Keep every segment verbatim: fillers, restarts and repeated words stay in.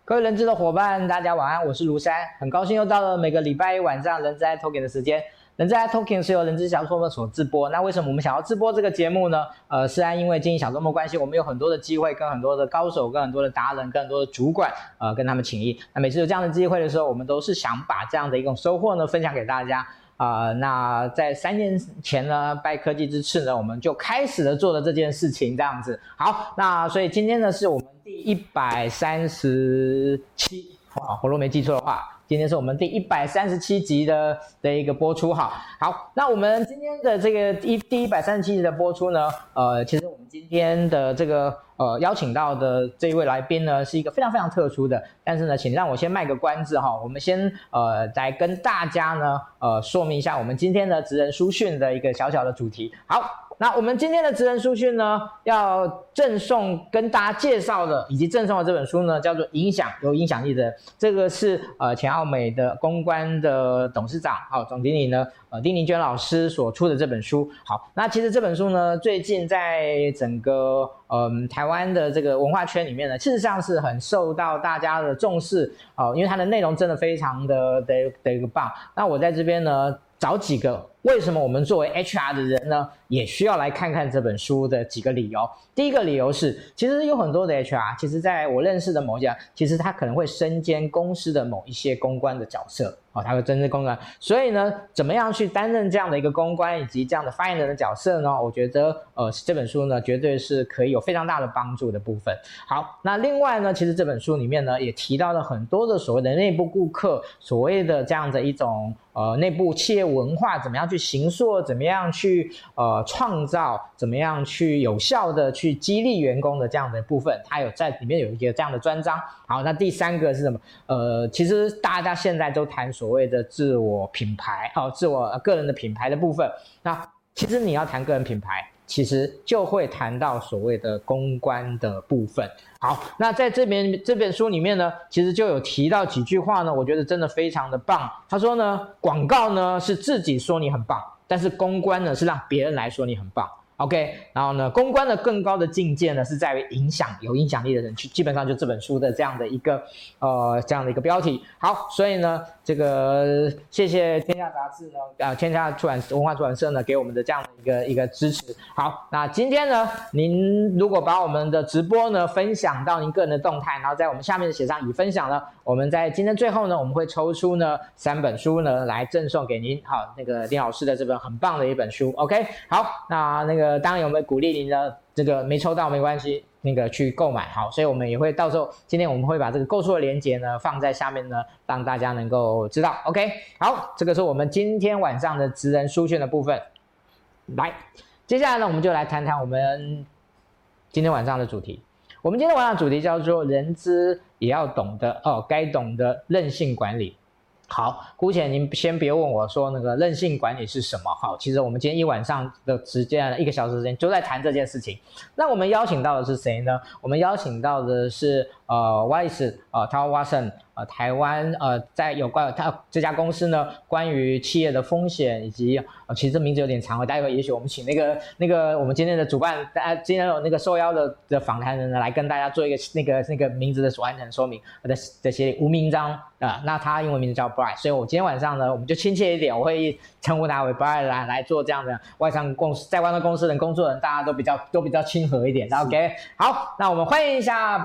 各位人资的伙伴，大家晚安，我是卢山，很高兴又到了每个礼拜一晚上人资 I Talking 的时间。人资 I Talking 是由人资小周末所直播。那为什么我们想要直播这个节目呢？呃，是因为经营小周末关系，我们有很多的机会跟很多的高手、跟很多的达人、跟很多的主管，呃，跟他们请益。那每次有这样的机会的时候，我们都是想把这样的一种收获呢分享给大家。啊、呃，那在三年前呢，拜科技之赐呢，我们就开始了做了这件事情，这样子。好，那所以今天呢，是我们第一百三十七，哇，我若没记错的话，今天是我们第一百三十七集的的一个播出。好，好，那我们今天的这个一第一百三十七集的播出呢，呃，其实我们今天的这个呃邀请到的这一位来宾呢，是一个非常非常特殊的，但是呢，请让我先卖个关子哈，我们先呃来跟大家呢呃说明一下我们今天的职人书讯的一个小小的主题。好。那我们今天的职人书讯呢，要赠送跟大家介绍的以及赠送的这本书呢，叫做《影响有影响力的人》，这个是呃前奥美的公关的董事长，好、哦、总经理呢，呃丁宁娟老师所出的这本书。好，那其实这本书呢，最近在整个嗯、呃、台湾的这个文化圈里面呢，事实上是很受到大家的重视哦、呃，因为它的内容真的非常的的的一个棒。那我在这边呢，找几个为什么我们作为 H R 的人呢，也需要来看看这本书的几个理由。第一个理由是，其实有很多的 H R， 其实在我认识的某些，其实他可能会身兼公司的某一些公关的角色，哦，他会真正公关。所以呢，怎么样去担任这样的一个公关以及这样的发言人的角色呢？我觉得，呃，这本书呢，绝对是可以有非常大的帮助的部分。好，那另外呢，其实这本书里面呢，也提到了很多的所谓的内部顾客，所谓的这样的一种呃内部企业文化，怎么样去形塑，怎么样去呃创造，怎么样去有效的去激励员工的这样的部分，它有在里面有一个这样的专章。好，那第三个是什么？呃，其实大家现在都谈所谓的自我品牌，好、哦，自我个人的品牌的部分。那其实你要谈个人品牌，其实就会谈到所谓的公关的部分。好，那在这边这本书里面呢，其实就有提到几句话呢，我觉得真的非常的棒。他说呢，广告呢是自己说你很棒，但是公关呢是让别人来说你很棒。OK， 然后呢，公关的更高的境界呢，是在于影响有影响力的人，去基本上就这本书的这样的一个呃这样的一个标题。好，所以呢，这个谢谢天下杂志呢，啊、呃，天下出版文化出版社呢给我们的这样的一个一个支持。好，那今天呢，您如果把我们的直播呢分享到您个人的动态，然后在我们下面写上已分享呢，我们在今天最后呢，我们会抽出呢三本书呢来赠送给您。好，那个丁老师的这本很棒的一本书。OK， 好，那那个。当然有没有鼓励您呢？这个没抽到没关系，那个去购买好，所以我们也会到时候今天我们会把这个购书的连结呢放在下面呢，让大家能够知道。OK， 好，这个是我们今天晚上的职人书讯的部分。来，接下来呢，我们就来谈谈我们今天晚上的主题。我们今天晚上的主题叫做人资也要懂得哦，该懂得韧性管理。好，姑且您先别问我说那个韧性管理是什么。好，其实我们今天一晚上的时间，一个小时时间就在谈这件事情。那我们邀请到的是谁呢？我们邀请到的是呃 Wise 呃 Tower Watson 呃台湾呃在有关他这家公司呢，关于企业的风险以及呃其实这名字有点长，待会也许我们请那个那个我们今天的主办呃今天有那个受邀的的访谈人呢来跟大家做一个那个那个名字的完整说明的的协理吴明章啊、呃，那他英文名字叫所以我今天晚上呢，我们就亲切一点，我会称呼他为 Brian 来来做这样的外商公司，在外商公司的工作人，大家都比较都比较亲和一点。OK， 好，那我们欢迎一下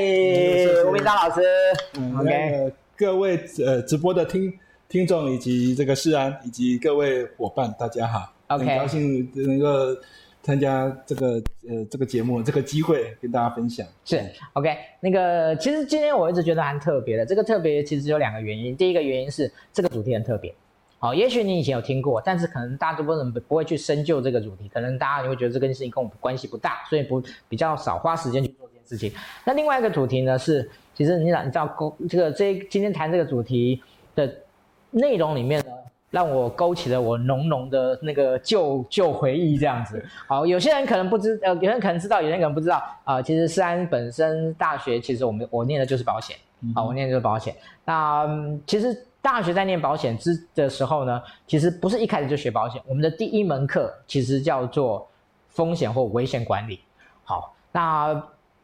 Brian 吴明章老师。 嗯 OK， 呃、各位呃直播的听听众以及这个世安以及各位伙伴，大家好。 OK， 很高兴能够参加这个呃这个节目，这个机会跟大家分享。 是 OK， 那个其实今天我一直觉得蛮特别的，这个特别其实有两个原因。第一个原因是这个主题很特别，好，也许你以前有听过，但是可能大部分人不会去深究这个主题，可能大家你会觉得这件事情跟我们关系不大，所以不比较少花时间去做这件事情。那另外一个主题呢是，其实你你知道这个这今天谈这个主题的内容里面呢，让我勾起了我浓浓的那个旧旧回忆，这样子。好，有些人可能不知，呃，有人可能知道，有些人可能不知道。啊、呃，其实世安本身大学，其实我们我念的就是保险，啊、嗯，我念的就是保险。那、嗯、其实大学在念保险之的时候呢，其实不是一开始就学保险，我们的第一门课其实叫做风险或危险管理。好，那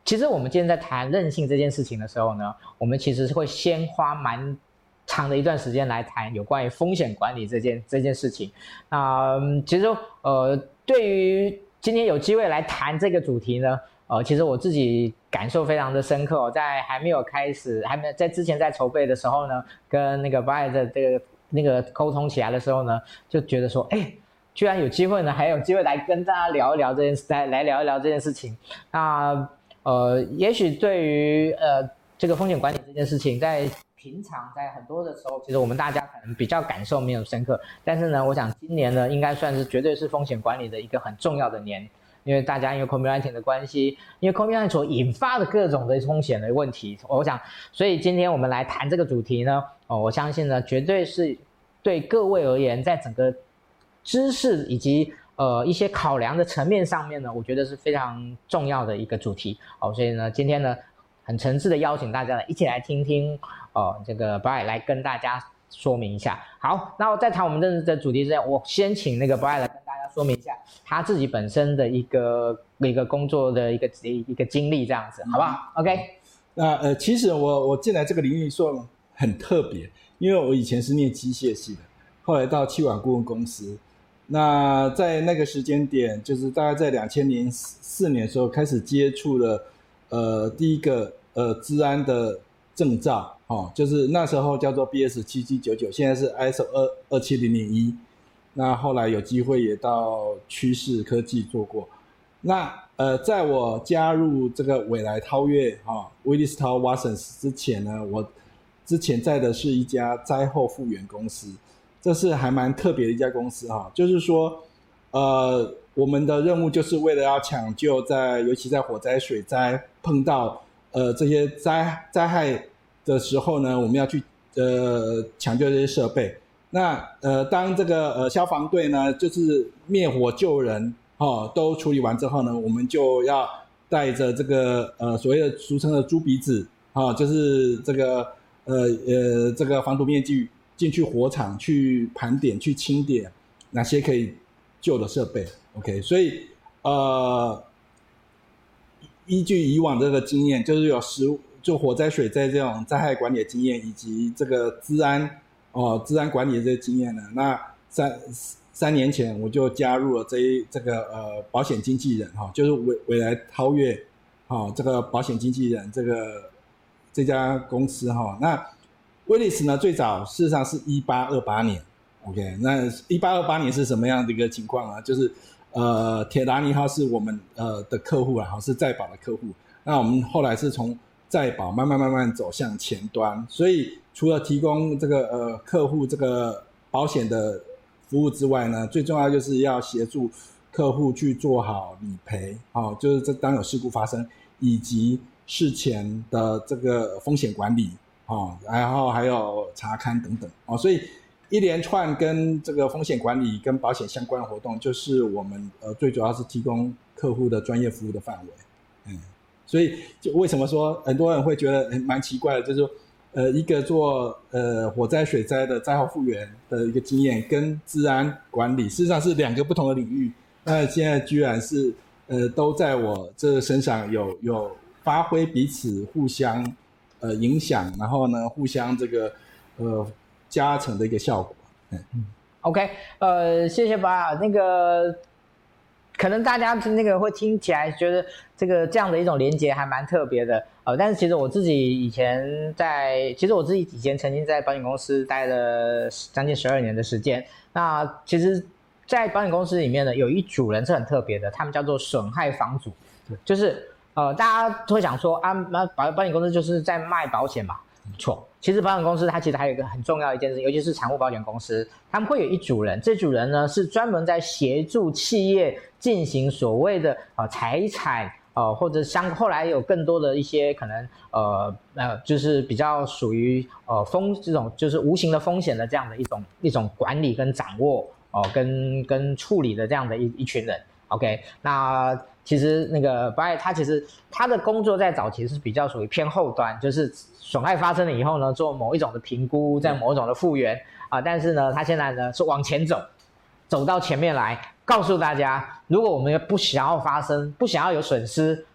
其实我们今天在谈韧性这件事情的时候呢，我们其实会先花蛮长的一段时间来谈有关于风险管理这件这件事情。那、呃、其实呃，对于今天有机会来谈这个主题呢，呃，其实我自己感受非常的深刻、哦。在还没有开始，还没在之前在筹备的时候呢，跟那个 Brian 的这个那个沟通起来的时候呢，就觉得说，哎，居然有机会呢，还有机会来跟大家聊一聊这件事，来来聊一聊这件事情。那呃，也许对于呃这个风险管理这件事情，在平常在很多的时候，其实我们大家可能比较感受没有深刻，但是呢，我想今年呢，应该算是绝对是风险管理的一个很重要的年，因为大家因为 COVID 十九 的关系，因为 COVID 十九 所引发的各种的风险的问题，我想，所以今天我们来谈这个主题呢，哦，我相信呢，绝对是对各位而言，在整个知识以及呃一些考量的层面上面呢，我觉得是非常重要的一个主题哦，所以呢，今天呢，很诚挚的邀请大家呢一起来听听哦，这个 Brian 来跟大家说明一下。好，那我在谈我们的主题之前，我先请那个 Brian 来跟大家说明一下他自己本身的一个一个工作的一个一个经历，这样子，好不好 ？OK。 那呃，其实我我进来这个领域说很特别，因为我以前是念机械系的，后来到企管顾问公司。那在那个时间点，就是大概在两千零四年的时候，开始接触了呃第一个呃资安的证照，哦，就是那时候叫做 B S 七七九九，现在是 I S O 二二七零零一。那后来有机会也到趋势科技做过。那呃，在我加入这个纬来韬越啊 Willis Towers Watson 之前呢，我之前在的是一家灾后复原公司。这是还蛮特别的一家公司哈，就是说，呃，我们的任务就是为了要抢救在，尤其在火灾、水灾碰到呃这些灾灾害的时候呢，我们要去呃抢救这些设备。那呃，当这个呃消防队呢，就是灭火救人哦，都处理完之后呢，我们就要带着这个呃所谓的俗称的猪鼻子啊，就是这个呃呃这个防毒面具。进去火场去盘点去清点哪些可以救的设备 OK， 所以呃依据以往这个经验，就是有十就火灾水灾这种灾害管理的经验，以及这个资安哦资安管理的这些经验呢，那三三年前我就加入了这一这个呃保险经纪人哈、哦，就是纬纬来韬越哦这个保险经纪人这个这家公司哈、哦、那。Willis 呢，最早事实上是一八二八年 ，OK， 那一八二八年是什么样的一个情况啊？就是呃，铁达尼号是我们呃的客户啊，是在保的客户。那我们后来是从在保慢慢慢慢走向前端，所以除了提供这个呃客户这个保险的服务之外呢，最重要就是要协助客户去做好理赔，哦，就是这当有事故发生，以及事前的这个风险管理。哦，然后还有查勘等等哦，所以一连串跟这个风险管理跟保险相关的活动，就是我们呃最主要是提供客户的专业服务的范围。嗯，所以就为什么说很多人会觉得蛮奇怪的，就是说呃一个做呃火灾水灾的灾后复原的一个经验，跟治安管理事实上是两个不同的领域，那现在居然是呃都在我这身上有有发挥彼此互相。呃，影响，然后呢，互相这个呃加成的一个效果。嗯 ，OK， 呃，谢谢吧。那个可能大家那个会听起来觉得这个这样的一种连结还蛮特别的，呃，但是其实我自己以前在，其实我自己以前曾经在保险公司待了将近十二年的时间。那其实，在保险公司里面呢，有一组人是很特别的，他们叫做损害房组，就是。呃，大家会想说啊，那保保险公司就是在卖保险嘛？错，其实保险公司它其实还有一个很重要的一件事，尤其是产物保险公司，他们会有一组人，这组人呢是专门在协助企业进行所谓的呃财产呃或者相后来有更多的一些可能呃呃就是比较属于呃风这种就是无形的风险的这样的一种一种管理跟掌握哦、呃、跟跟处理的这样的一一群人。OK， 那其实那个 Brian 他其实他的工作在早期是比较属于偏后端，就是损害发生了以后呢，做某一种的评估，在某一种的复原啊。但是呢，他现在呢是往前走，走到前面来，告诉大家，如果我们不想要发生，不想要有损失，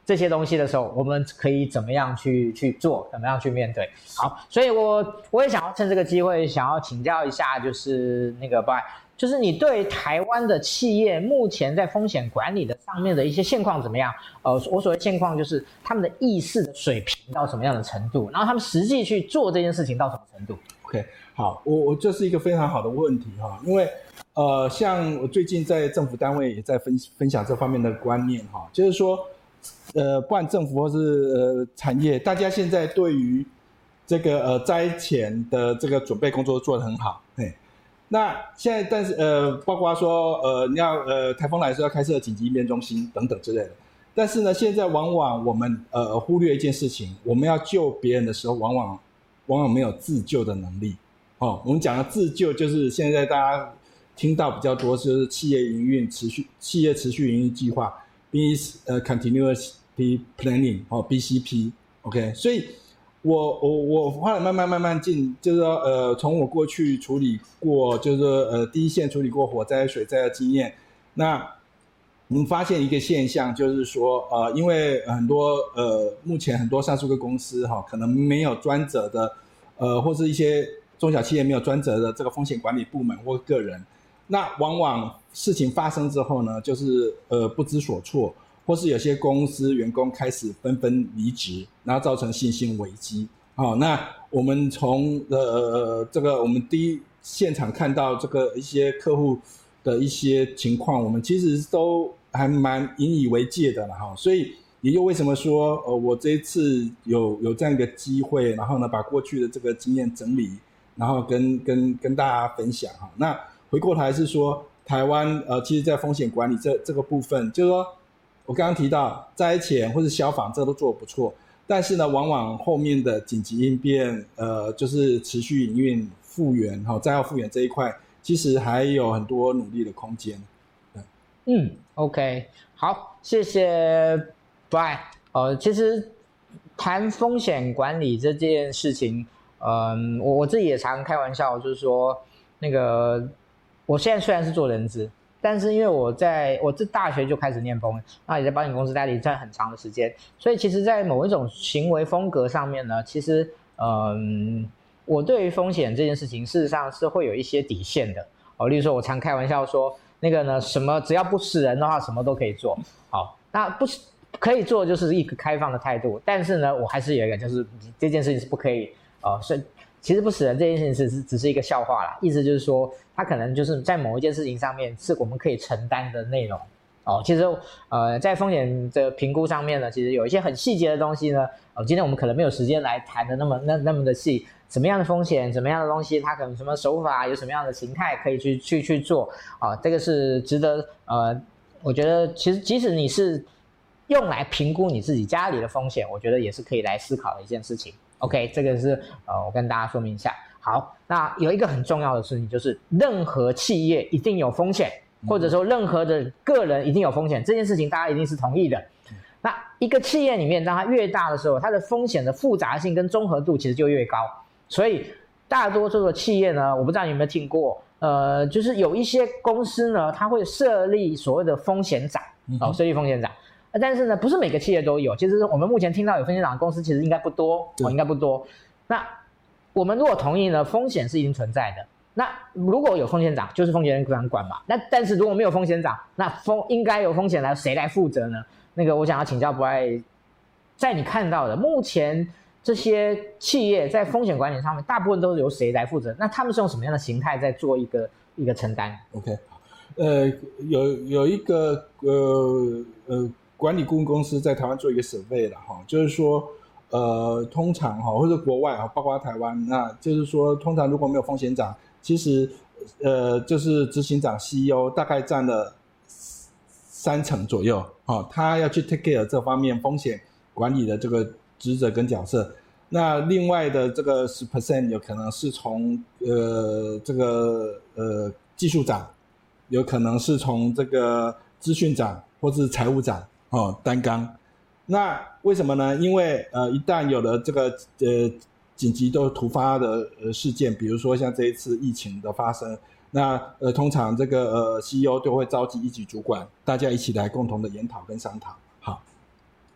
这些东西的时候，我们可以怎么样去去做，怎么样去面对。好，所以我我也想要趁这个机会，想要请教一下，就是那个 Brian， 就是你对台湾的企业目前在风险管理的上面的一些现况怎么样？呃，我所谓现况就是他们的意识的水平到什么样的程度，然后他们实际去做这件事情到什么程度 ？OK， 好，我我这是一个非常好的问题哈，因为呃，像我最近在政府单位也在分分享这方面的观念哈，就是说，呃，不管政府或是呃产业，大家现在对于这个呃灾前的这个准备工作做得很好，嘿。那现在，但是呃，包括说呃，你要呃台风来的时候要开设紧急应变中心等等之类的。但是呢，现在往往我们呃忽略一件事情，我们要救别人的时候，往往往往没有自救的能力。哦，我们讲的自救，就是现在大家听到比较多，就是企业营运持续企业持续营运计划 ，business 呃 continuous planning 哦 B C P。OK， 所以。我我我后来慢慢慢慢进，就是说呃，从我过去处理过，就是说呃第一线处理过火灾、水灾的经验，那我们发现一个现象，就是说呃，因为很多呃目前很多上市公司哈、哦，可能没有专责的呃，或是一些中小企业没有专责的这个风险管理部门或个人，那往往事情发生之后呢，就是呃不知所措。或是有些公司员工开始纷纷离职，然后造成信心危机。好、哦，那我们从呃这个我们第一现场看到这个一些客户的一些情况，我们其实都还蛮引以为戒的了哈。所以也就为什么说呃我这一次有有这样一个机会，然后呢把过去的这个经验整理，然后跟跟跟大家分享哈。那回过头来是说台湾呃其实在风险管理这这个部分，就是说。我刚刚提到灾前或是消防，这都做得不错，但是呢，往往后面的紧急应变，呃，就是持续营运、复原，哈、哦，灾后复原这一块，其实还有很多努力的空间。 嗯 ，OK， 好，谢谢 Brian。呃，其实谈风险管理这件事情，嗯、呃，我我自己也常开玩笑，就是说，那个我现在虽然是做人资。但是因为我在我自大学就开始念风，那也在保险公司待了一段很长的时间，所以其实在某一种行为风格上面呢，其实嗯，我对于风险这件事情事实上是会有一些底线的哦。例如说我常开玩笑说，那个呢什么只要不死人的话，什么都可以做。好，那不可以做就是一个开放的态度，但是呢，我还是有一个就是这件事情是不可以呃是。其实不死人这件事情是只是一个笑话啦，意思就是说，它可能就是在某一件事情上面是我们可以承担的内容哦。其实呃，在风险的评估上面呢，其实有一些很细节的东西呢，哦，今天我们可能没有时间来谈的那么那那么的细，什么样的风险，什么样的东西，它可能什么手法，有什么样的形态可以去去去做啊、哦，这个是值得呃，我觉得其实即使你是用来评估你自己家里的风险，我觉得也是可以来思考的一件事情。OK， 这个是呃，我跟大家说明一下。好，那有一个很重要的事情，就是任何企业一定有风险，或者说任何的个人一定有风险，这件事情大家一定是同意的。那一个企业里面，当它越大的时候，它的风险的复杂性跟综合度其实就越高。所以大多数的企业呢，我不知道你有没有听过，呃，就是有一些公司呢，它会设立所谓的风险长，哦，设立风险长。但是呢，不是每个企业都有。其实我们目前听到有风险长的公司，其实应该不多，哦，应该不多。那我们如果同意呢，风险是一定存在的。那如果有风险长，就是风险人管嘛。那但是如果没有风险长，那风应该有风险来谁来负责呢？那个我想要请教Brian，在你看到的目前这些企业在风险管理上面，大部分都是由谁来负责？那他们是用什么样的形态在做一个一个承担 ？OK， 呃，有有一个呃呃。管理顾问公司在台湾做一个 survey 了哈，就是说，呃，通常哈或者国外啊，包括台湾，那就是说，通常如果没有风险长，其实呃就是执行长 C E O 大概占了三成左右，哦，他要去 take care 这方面风险管理的这个职责跟角色。那另外的这个 百分之十 有可能是从呃这个呃技术长，有可能是从这个资讯长或是财务长。哦，担纲。那为什么呢？因为呃，一旦有了这个呃紧急都突发的呃事件，比如说像这一次疫情的发生，那呃通常这个呃 C E O 就会召集一级主管，大家一起来共同的研讨跟商讨。好，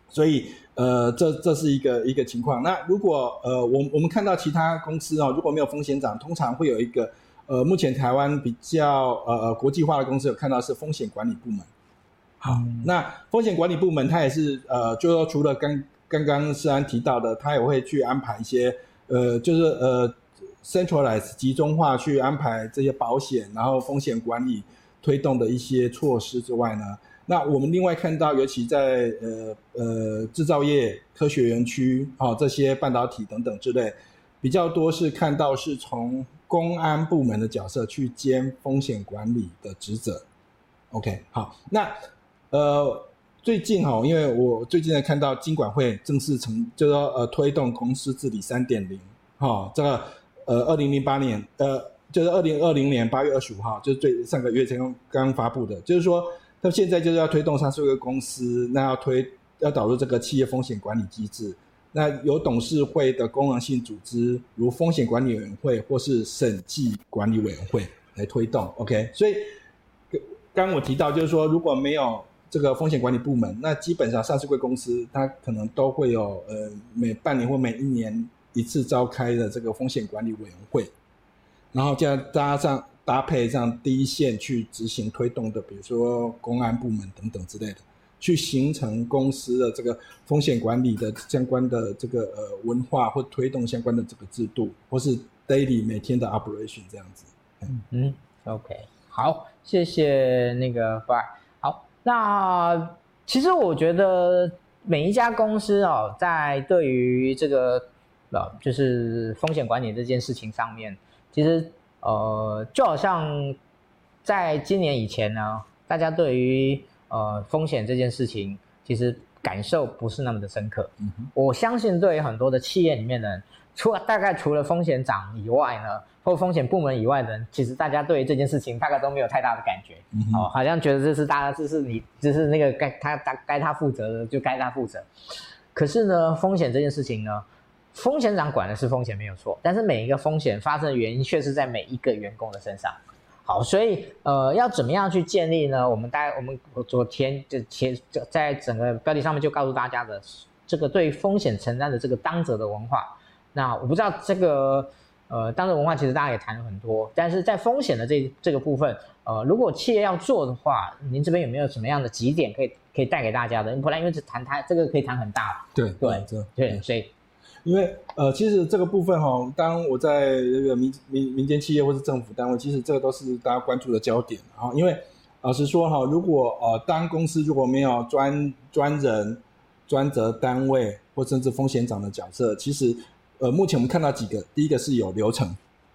所以呃，这这是一个一个情况。那如果呃，我我们看到其他公司哦，如果没有风险长，通常会有一个呃，目前台湾比较呃国际化的公司有看到是风险管理部门。好，嗯、那风险管理部门它也是呃，就说除了刚刚刚世安提到的，它也会去安排一些呃，就是呃 centralize 集中化去安排这些保险，然后风险管理推动的一些措施之外呢。那我们另外看到，尤其在呃呃制造业、科学园区啊、哦、这些半导体等等之类，比较多是看到是从公安部门的角色去兼风险管理的职责。OK， 好，那呃最近哈、哦，因为我最近在看到金管会正式成，就是说呃推动公司治理 三点零， 哈，这个呃二零零八年呃就是二零二零年八月二十五号，就是最上个月才刚刚发布的，就是说。那现在就是要推动上市公司，那要推要导入这个企业风险管理机制，那由董事会的功能性组织，如风险管理委员会或是审计管理委员会来推动。OK， 所以刚刚我提到就是说，如果没有这个风险管理部门，那基本上上市柜公司它可能都会有呃每半年或每一年一次召开的这个风险管理委员会，然后加加上。搭配上第一线去执行推动的，比如说公安部门等等之类的，去形成公司的这个风险管理的相关的这个呃文化，或推动相关的这个制度，或是 daily 每天的 operation 这样子。 嗯嗯 ，OK， 好，谢谢那个 Fry。好，那其实我觉得每一家公司哦，在对于这个呃就是风险管理这件事情上面，其实。呃，就好像在今年以前呢，大家对于呃风险这件事情，其实感受不是那么的深刻。嗯、我相信对于很多的企业里面的人，除了大概除了风险长以外呢，或风险部门以外的人，其实大家对于这件事情大概都没有太大的感觉。嗯、哦，好像觉得这是大家，这是你，这是那个该他该他负责的就该他负责。可是呢，风险这件事情呢？风险长管的是风险没有错，但是每一个风险发生的原因却是在每一个员工的身上。好，所以呃，要怎么样去建立呢？我们大概我们昨天就前在整个标题上面就告诉大家的，这个对风险承担的这个当责的文化。那我不知道这个呃当责文化其实大家也谈了很多，但是在风险的这这个部分，呃，如果企业要做的话，您这边有没有什么样的几点可以可以带给大家的？不然因为这谈它这个可以谈很大。 对对对对，所以。 因为呃，其实这个部分哈、哦，当我在这个民民民间企业或是政府单位，其实这个都是大家关注的焦点啊。因为老实说哈，如果呃当公司如果没有专专人、专责单位或甚至风险长的角色，其实呃目前我们看到几个，第一个是有流程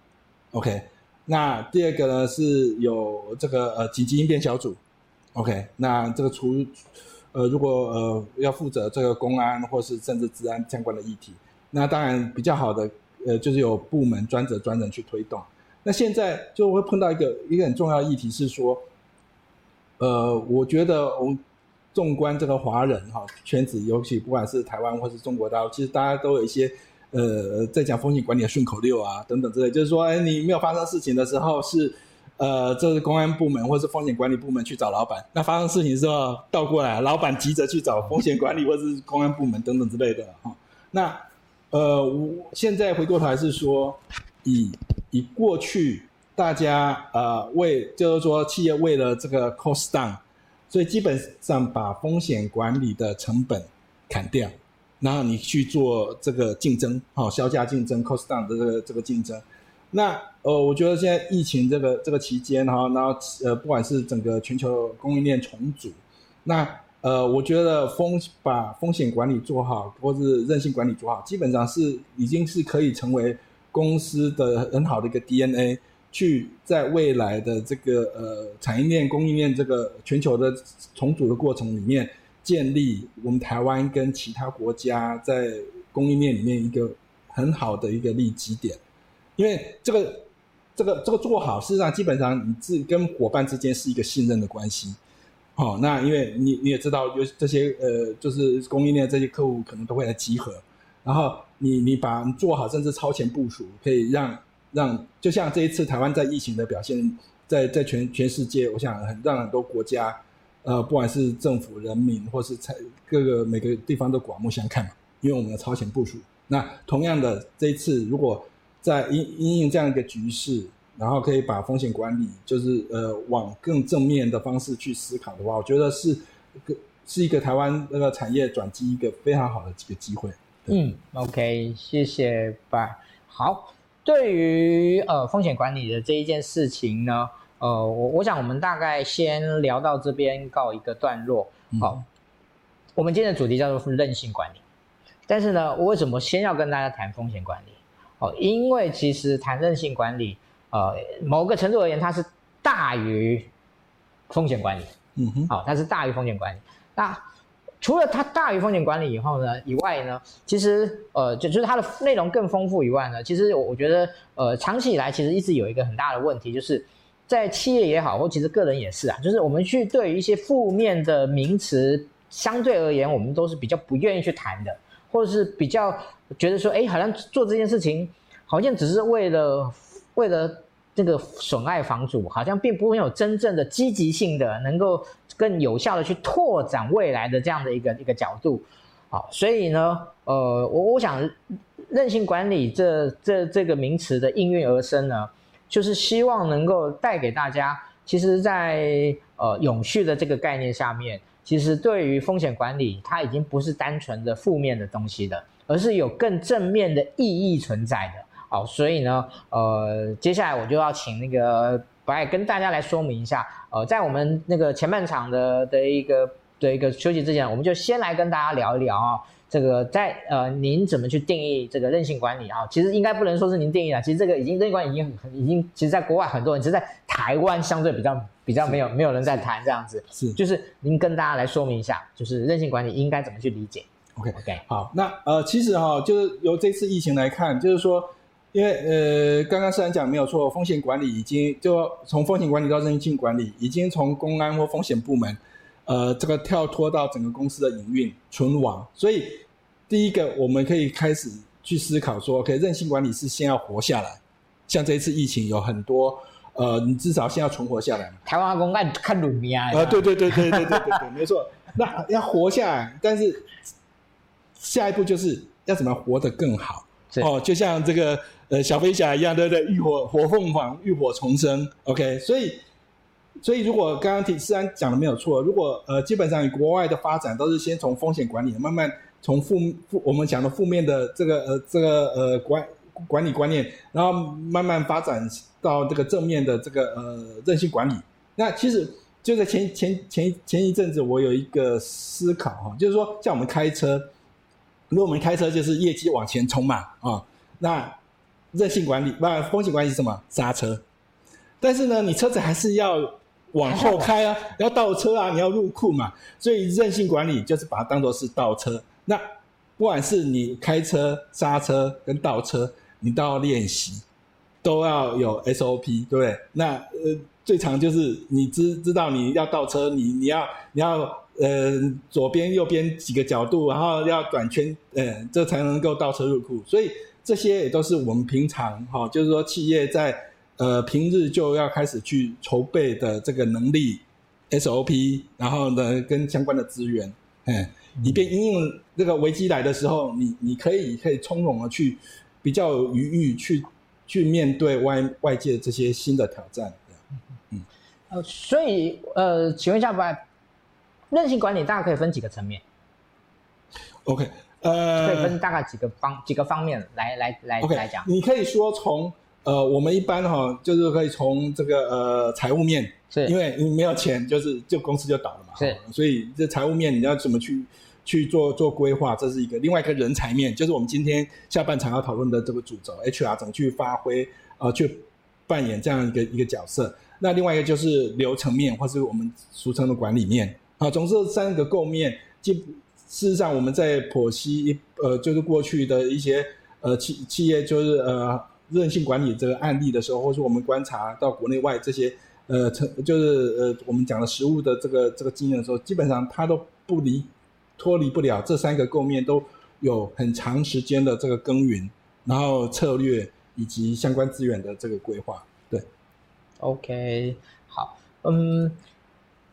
，OK， 那第二个呢是有这个呃紧急应变小组 ，OK， 那这个除呃如果呃要负责这个公安或是甚至治安相关的议题。那当然比较好的，呃，就是有部门专责专人去推动。那现在就会碰到一个一个很重要的议题是说，呃，我觉得我们纵观这个华人哈圈子，尤其不管是台湾或是中国大陆，其实大家都有一些呃在讲风险管理的顺口溜啊等等之类，就是说，哎，你没有发生事情的时候是呃，这是公安部门或是风险管理部门去找老板，那发生事情的时候倒过来，老板急着去找风险管理或是公安部门等等之类的哈。那呃，我现在回过头来是说，以以过去大家呃为就是说企业为了这个 cost down， 所以基本上把风险管理的成本砍掉，然后你去做这个竞争，好、哦、销价竞争 cost down 的这个这个竞争。那呃，我觉得现在疫情这个这个期间哈，然后呃不管是整个全球供应链重组，那呃，我觉得风把风险管理做好，或是韧性管理做好，基本上是已经是可以成为公司的很好的一个 D N A， 去在未来的这个呃产业链、供应链这个全球的重组的过程里面，建立我们台湾跟其他国家在供应链里面一个很好的一个利基点。因为这个这个这个做好，事实上基本上你自跟伙伴之间是一个信任的关系。好、哦，那因为你你也知道，有这些呃，就是供应链这些客户可能都会来集合，然后你你把你做好，甚至超前部署，可以让让就像这一次台湾在疫情的表现，在在全全世界，我想很让很多国家呃，不管是政府、人民或是各个每个地方都刮目相看嘛，因为我们有超前部署。那同样的，这一次如果在因因应这样一个局势，然后可以把风险管理就是呃往更正面的方式去思考的话，我觉得是是一个台湾那个产业转机一个非常好的几个机会。 嗯 ，OK， 谢谢爸。好，对于呃风险管理的这一件事情呢，呃，我我想我们大概先聊到这边告一个段落。好，嗯、我们今天的主题叫做韧性管理，但是呢，我为什么先要跟大家谈风险管理？哦，因为其实谈韧性管理，呃，某个程度而言，它是大于风险管理。 嗯哼， 好、哦，它是大于风险管理。那除了它大于风险管理以后呢，以外呢，其实呃，就就是它的内容更丰富以外呢，其实我我觉得呃，长期以来其实一直有一个很大的问题，就是在企业也好，或其实个人也是啊，就是我们去对于一些负面的名词，相对而言，我们都是比较不愿意去谈的，或者是比较觉得说，哎，好像做这件事情，好像只是为了为了这个损害房主，好像并不会有真正的积极性的，能够更有效的去拓展未来的这样的一个一个角度。好，所以呢，呃，我我想韧性管理这这这个名词的应运而生呢，就是希望能够带给大家，其实在呃永续的这个概念下面，其实对于风险管理，它已经不是单纯的负面的东西的，而是有更正面的意义存在的。好，所以呢，呃，接下来我就要请那个白爱跟大家来说明一下，呃，在我们那个前半场的的一个的一个休息之前，我们就先来跟大家聊一聊啊，这个在呃您怎么去定义这个韧性管理啊？其实应该不能说是您定义啦，其实这个已经韧性管理已经已经，其实在国外很多人，其实在台湾相对比较比较没有没有人在谈这样子， 是就是您跟大家来说明一下，就是韧性管理应该怎么去理解 ？OK OK， 好，那呃，其实哈、哦，就是由这次疫情来看，就是说。因为呃，刚刚虽然讲没有错，风险管理已经就从风险管理到韧性管理，已经从公安或风险部门，呃，这个跳脱到整个公司的营运存亡。所以第一个，我们可以开始去思考说 ，OK， 韧性管理是先要活下来。像这一次疫情有很多，呃，你至少先要存活下来嘛。 台湾公安看鲁米啊， 啊，对对对对对对对对，没错。那要活下来，但是下一步就是要怎么活得更好。哦，就像这个呃小飞侠一样，对不对？浴火火凤凰，浴火重生。OK， 所以所以如果刚刚提思安讲的没有错，如果呃基本上国外的发展都是先从风险管理，慢慢从负负我们讲的负面的这个呃这个呃管管理观念，然后慢慢发展到这个正面的这个呃韧性管理。那其实就在前前前前一阵子，我有一个思考哈，就是说像我们开车。如果我们开车就是业绩往前冲嘛，啊、哦，那韧性管理不风险管理是什么？刹车。但是呢，你车子还是要往后开啊，要倒车啊，你要入库嘛，所以韧性管理就是把它当作是倒车。那不管是你开车、刹车跟倒车，你都要练习，都要有 S O P， 对不对？那呃，最常就是你知知道你要倒车，你你要你要。呃，左边、右边几个角度，然后要转圈，呃，这才能够倒车入库。所以这些也都是我们平常哈、哦，就是说企业在呃平日就要开始去筹备的这个能力 S O P， 然后呢跟相关的资源，嗯，以便因应这个危机来的时候，你你可以可以从容的去比较有余裕去去面对外外界这些新的挑战。 嗯，呃，所以呃，请问一下吧。韧性管理大概可以分几个层面 ？OK， 呃， 可以分大概几个方几个方面来来来、okay, 来讲。 你可以说从呃，我们一般哈、哦，就是可以从这个呃财务面， 是因为你没有钱，就是就公司就倒了嘛， 是， 所以这财务面你要怎么去去做做规划，这是一个。另外一个人才面，就是我们今天下半场要讨论的这个主轴 H R 怎么去发挥呃，去扮演这样一个一个角色。那另外一个就是流程面，或是我们俗称的管理面。啊，总之三个构面，事实上我们在剖析呃，就是过去的一些呃企企业就是呃韧性管理这个案例的时候，或是我们观察到国内外这些呃就是呃我们讲的实务的这个这个经验的时候，基本上它都不离脱离不了这三个构面，都有很长时间的这个耕耘，然后策略以及相关资源的这个规划。对 ，OK， 好，嗯。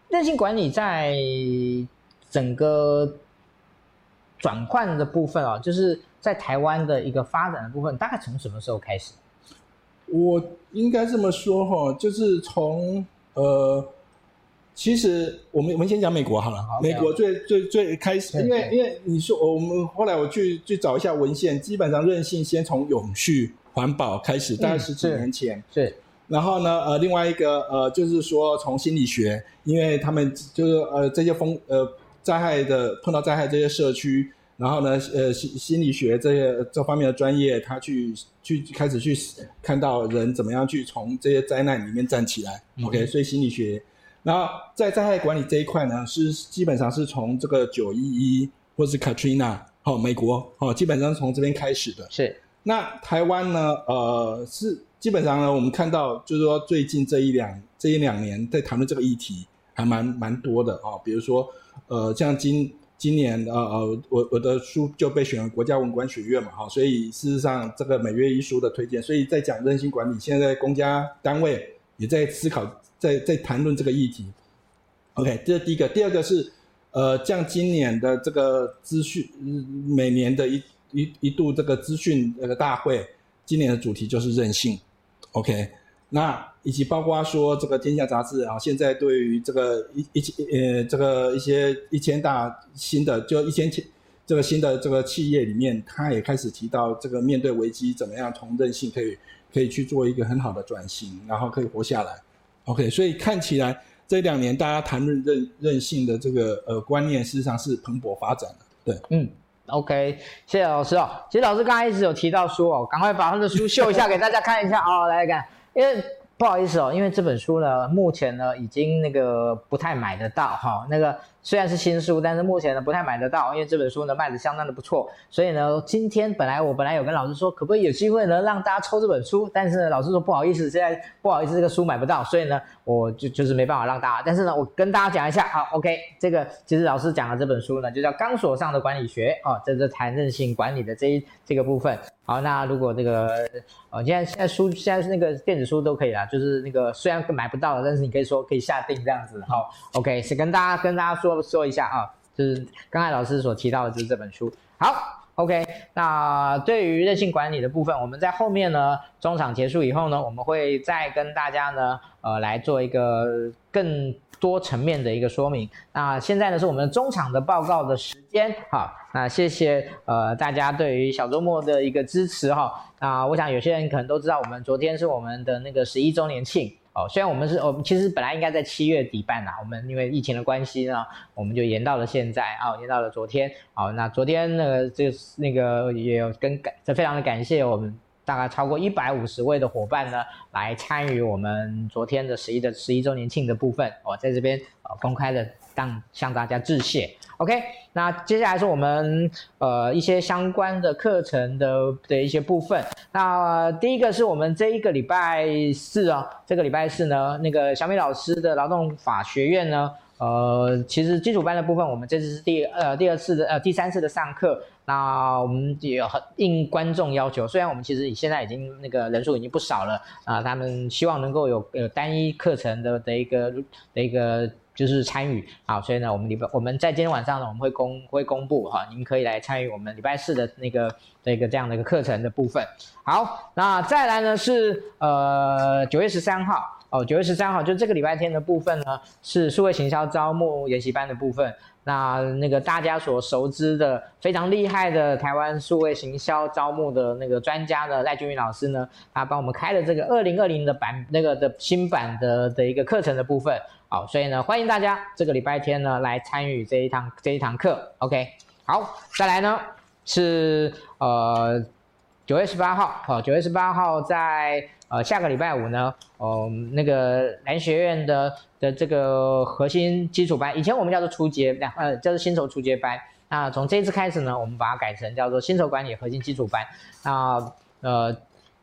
韧性管理在整个转换的部分哦，就是在台湾的一个发展的部分，大概从什么时候开始？ 我应该这么说哈，就是从呃，其实我们我们先讲美国好了。好，美国最最最开始，因为因为你说我们后来我去去找一下文献，基本上韧性先从永续环保开始，大概十几年前。 嗯、是。是然后呢，呃，另外一个呃，就是说从心理学，因为他们就是呃这些风呃灾害的碰到灾害这些社区，然后呢，呃心心理学这些这方面的专业，他去去开始去看到人怎么样去从这些灾难里面站起来。嗯、OK， 所以心理学，然后在灾害管理这一块呢，是基本上是从这个九一一或是 Katrina 哦，美国哦，基本上从这边开始的。 是。那台湾呢，呃是。基本上呢，我们看到就是说最近这一两这一两年在谈论这个议题还蛮蛮多的哦，比如说呃像今今年呃呃我我的书就被选为国家文管学院嘛哈、哦，所以事实上这个每月一书的推荐，所以在讲韧性管理，现在公家单位也在思考在在谈论这个议题。OK， 这是第一个，第二个是呃像今年的这个资讯每年的一一一度这个资讯呃大会，今年的主题就是韧性。OK， 那以及包括说这个天下杂志啊，现在对于这个一一呃这个一些一千大新的就一千这个新的这个企业里面，他也开始提到这个面对危机怎么样从韧性可以可以去做一个很好的转型，然后可以活下来。OK， 所以看起来这两年大家谈论韧韧性的这个呃观念，事实上是蓬勃发展的。对， 嗯。OK， 谢谢老师哦。其实老师刚才一直有提到书哦，赶快把他的书秀一下给大家看一下哦，来看。因为不好意思哦，因为这本书呢，目前呢已经那个不太买得到哈、哦。那个虽然是新书，但是目前呢不太买得到，因为这本书呢卖得相当的不错。所以呢，今天本来我本来有跟老师说，可不可以有机会呢让大家抽这本书，但是呢老师说不好意思，现在不好意思这个书买不到，所以呢我就就是没办法让大家。但是呢，我跟大家讲一下，好 ，OK， 这个其实老师讲的这本书呢就叫《钢索上的管理学》哦，这是谈韧性管理的这一这个部分。好，那如果这个呃，现在现在书现在是那个电子书都可以啦，就是那个虽然买不到了，但是你可以说可以下定这样子。好 ，OK， 是跟大家跟大家说说一下啊，就是刚才老师所提到的就是这本书。好 ，OK， 那对于韧性管理的部分，我们在后面呢中场结束以后呢，我们会再跟大家呢呃来做一个更多层面的一个说明。那现在呢是我们中场的报告的时间，好，那谢谢呃大家对于小周末的一个支持哈。那我想有些人可能都知道，我们昨天是我们的那个十一周年庆哦。虽然我们是我们其实本来应该在七月底办啦，我们因为疫情的关系呢，我们就延到了现在啊、哦，延到了昨天。好，那昨天那个这个那个也有跟感，非常的感谢我们大概超过一百五十位的伙伴呢，来参与我们昨天的十一的十一周年庆的部分。我、哦、在这边呃公开的向向大家致谢。OK， 那接下来是我们呃一些相关的课程的的一些部分。那、呃、第一个是我们这一个礼拜四啊、哦，这个礼拜四呢，那个小美老师的劳动法学院呢，呃，其实基础班的部分，我们这次是第呃第二次的呃第三次的上课。那我们也很应观众要求，虽然我们其实现在已经那个人数已经不少了啊、呃，他们希望能够有呃单一课程的的一个的一个就是参与啊，所以呢，我们礼拜我们在今天晚上呢，我们会公会公布哈，您可以来参与我们礼拜四的那个这个这样的一个课程的部分。好，那再来呢是呃九月十三号哦，九月十三号就这个礼拜天的部分呢，是数位行销招募研习班的部分。那那个大家所熟知的非常厉害的台湾数位行销招募的那个专家的赖君云老师呢，他帮我们开了这个二零二零的版那个的新版的的一个课程的部分。好，所以呢，欢迎大家这个礼拜天呢来参与这一堂这一堂课。OK， 好，再来呢是呃九月十八号，好，九月十八号在呃下个礼拜五呢，呃那个蓝学院的的这个核心基础班，以前我们叫做初阶，呃叫做薪酬初阶班。那从这一次开始呢，我们把它改成叫做薪酬管理核心基础班。那呃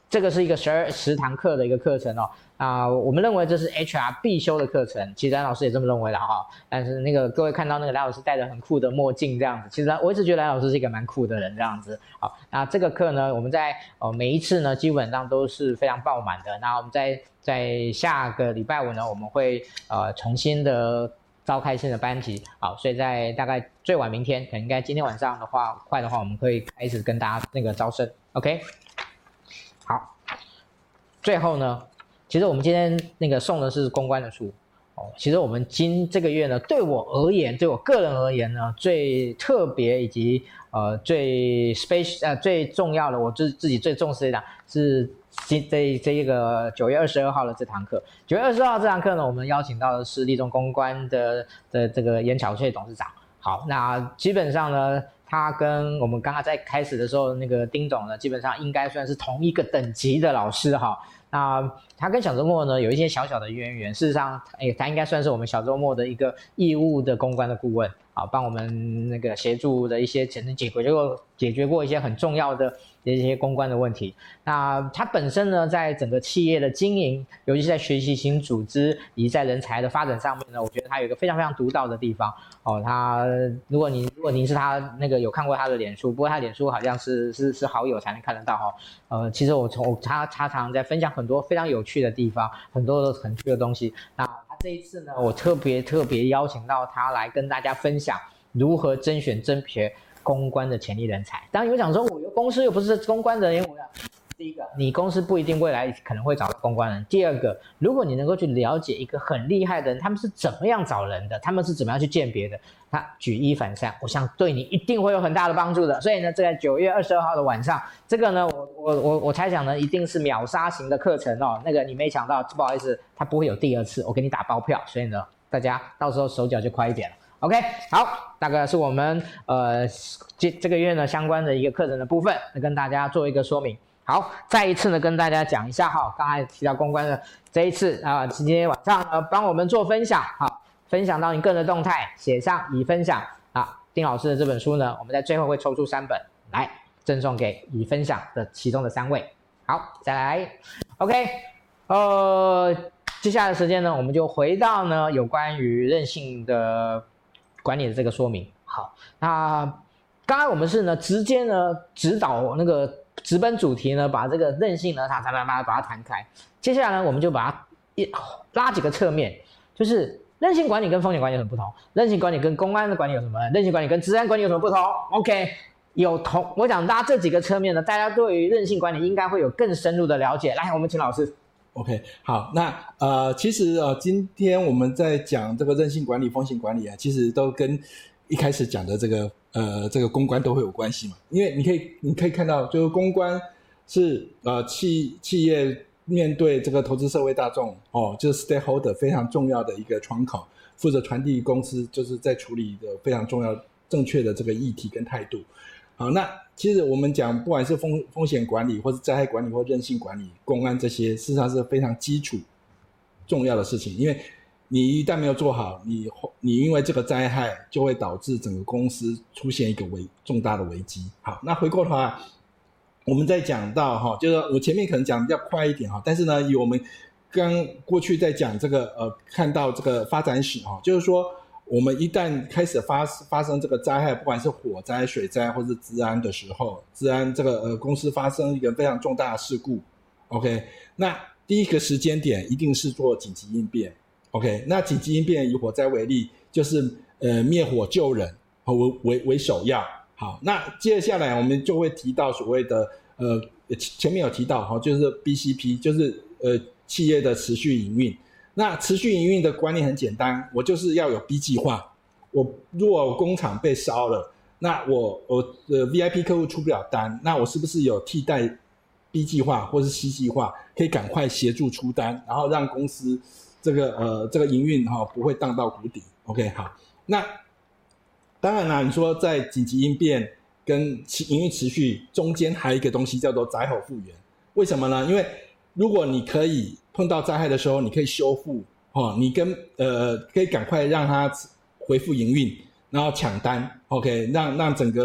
这个是一个十二十堂课的一个课程哦。啊、呃，我们认为这是 H R 必修的课程，其实蓝老师也这么认为了哈。但是那个各位看到那个蓝老师戴着很酷的墨镜这样子，其实我一直觉得蓝老师是一个蛮酷的人这样子。好，那这个课呢，我们在呃每一次呢基本上都是非常爆满的。那我们在在下个礼拜五呢，我们会呃重新的召开新的班级，好，所以在大概最晚明天，可能应该今天晚上的话，快的话我们可以开始跟大家那个招生 ，OK？ 好，最后呢。其实我们今天那个送的是公关的书哦。其实我们今这个月呢，对我而言，对我个人而言呢，最特别以及呃最 special 呃最重要的，我自自己最重视的一堂是今这这一个九月二十二号的这堂课。九月二十二号这堂课呢，我们邀请到的是立中公关的的这个严巧翠董事长。好，那基本上呢，他跟我们刚刚在开始的时候那个丁总呢，基本上应该算是同一个等级的老师哈。那他跟小周末呢有一些小小的渊源，事实上，哎，他应该算是我们小周末的一个义务的公关的顾问，啊，帮我们那个协助的一些曾经解决过解决过一些很重要的一些公关的问题。那他本身呢，在整个企业的经营，尤其是在学习型组织以及在人才的发展上面呢，我觉得他有一个非常非常独到的地方。哦，他如果你如果您是他那个有看过他的脸书，不过他脸书好像是是是好友才能看得到哈。呃，其实我从他他常常在分享很多非常有趣的地方，很多很趣的东西。那他这一次呢，我特别特别邀请到他来跟大家分享如何甄选甄别公关的潜力人才。当然有讲说，我公司又不是公关人员，我第一个，你公司不一定未来可能会找到公关人。第二个，如果你能够去了解一个很厉害的人，他们是怎么样找人的，他们是怎么样去鉴别的，他举一反三，我想对你一定会有很大的帮助的。所以呢，在九月二十二号的晚上，这个呢，我我我我猜想呢，一定是秒杀型的课程哦。那个你没抢到，不好意思，它不会有第二次，我给你打包票。所以呢，大家到时候手脚就快一点了。OK， 好，大概是我们呃这这个月呢相关的一个课程的部分，跟大家做一个说明。好，再一次呢跟大家讲一下哈，刚才提到公关的这一次啊、呃，今天晚上呢帮我们做分享，好，分享到你个人的动态，写上已分享啊。丁老师的这本书呢，我们在最后会抽出三本来赠送给已分享的其中的三位。好，再来 ，OK， 呃，接下来的时间呢，我们就回到呢有关于韧性的管理的这个说明。好，那刚才我们是呢直接呢指导那个直奔主题呢，把这个韧性呢，它它它把它弹开。接下来呢，我们就把它一拉几个侧面，就是韧性管理跟风险管理有什么不同？韧性管理跟公关的管理有什么？韧性管理跟资安管理有什么不同 ？OK， 有同，我想大家这几个侧面呢，大家对于韧性管理应该会有更深入的了解。来，我们请老师。 OK， 好，那呃，其实呃，今天我们在讲这个韧性管理、风险管理啊，其实都跟一开始讲的这个呃这个公关都会有关系嘛。因为你可以你可以看到，就是公关是呃企企业面对这个投资社会大众哦，就是 stakeholder 非常重要的一个窗口，负责传递公司就是在处理的非常重要正确的这个议题跟态度。好，那其实我们讲不管是风风险管理或是灾害管理或韧性管理、公安这些，事实上是非常基础重要的事情。因为你一旦没有做好，你你因为这个灾害就会导致整个公司出现一个危重大的危机。好，那回过头来我们再讲到哈，就是我前面可能讲比较快一点哈，但是呢，以我们刚过去在讲这个呃看到这个发展史哈，就是说我们一旦开始发发生这个灾害，不管是火灾、水灾或是资安的时候，资安这个呃公司发生一个非常重大的事故 ，OK， 那第一个时间点一定是做紧急应变 ，OK， 那紧急应变以火灾为例，就是呃灭火救人和为为为首要。好，那接下来我们就会提到所谓的呃前面有提到哈，就是 B C P， 就是呃企业的持续营运。那持续营运的观念很简单，我就是要有 B 计划。我如果工厂被烧了，那我我的 V I P 客户出不了单，那我是不是有替代 B 计划或是 C 计划，可以赶快协助出单，然后让公司这个呃这个营运哈、哦、不会荡到谷底。OK， 好，那当然啦，你说在紧急应变跟营运持续中间还有一个东西叫做灾后复原。为什么呢？因为如果你可以碰到灾害的时候，你可以修复，哦，你跟呃可以赶快让它恢复营运，然后抢单 ，OK， 让让整个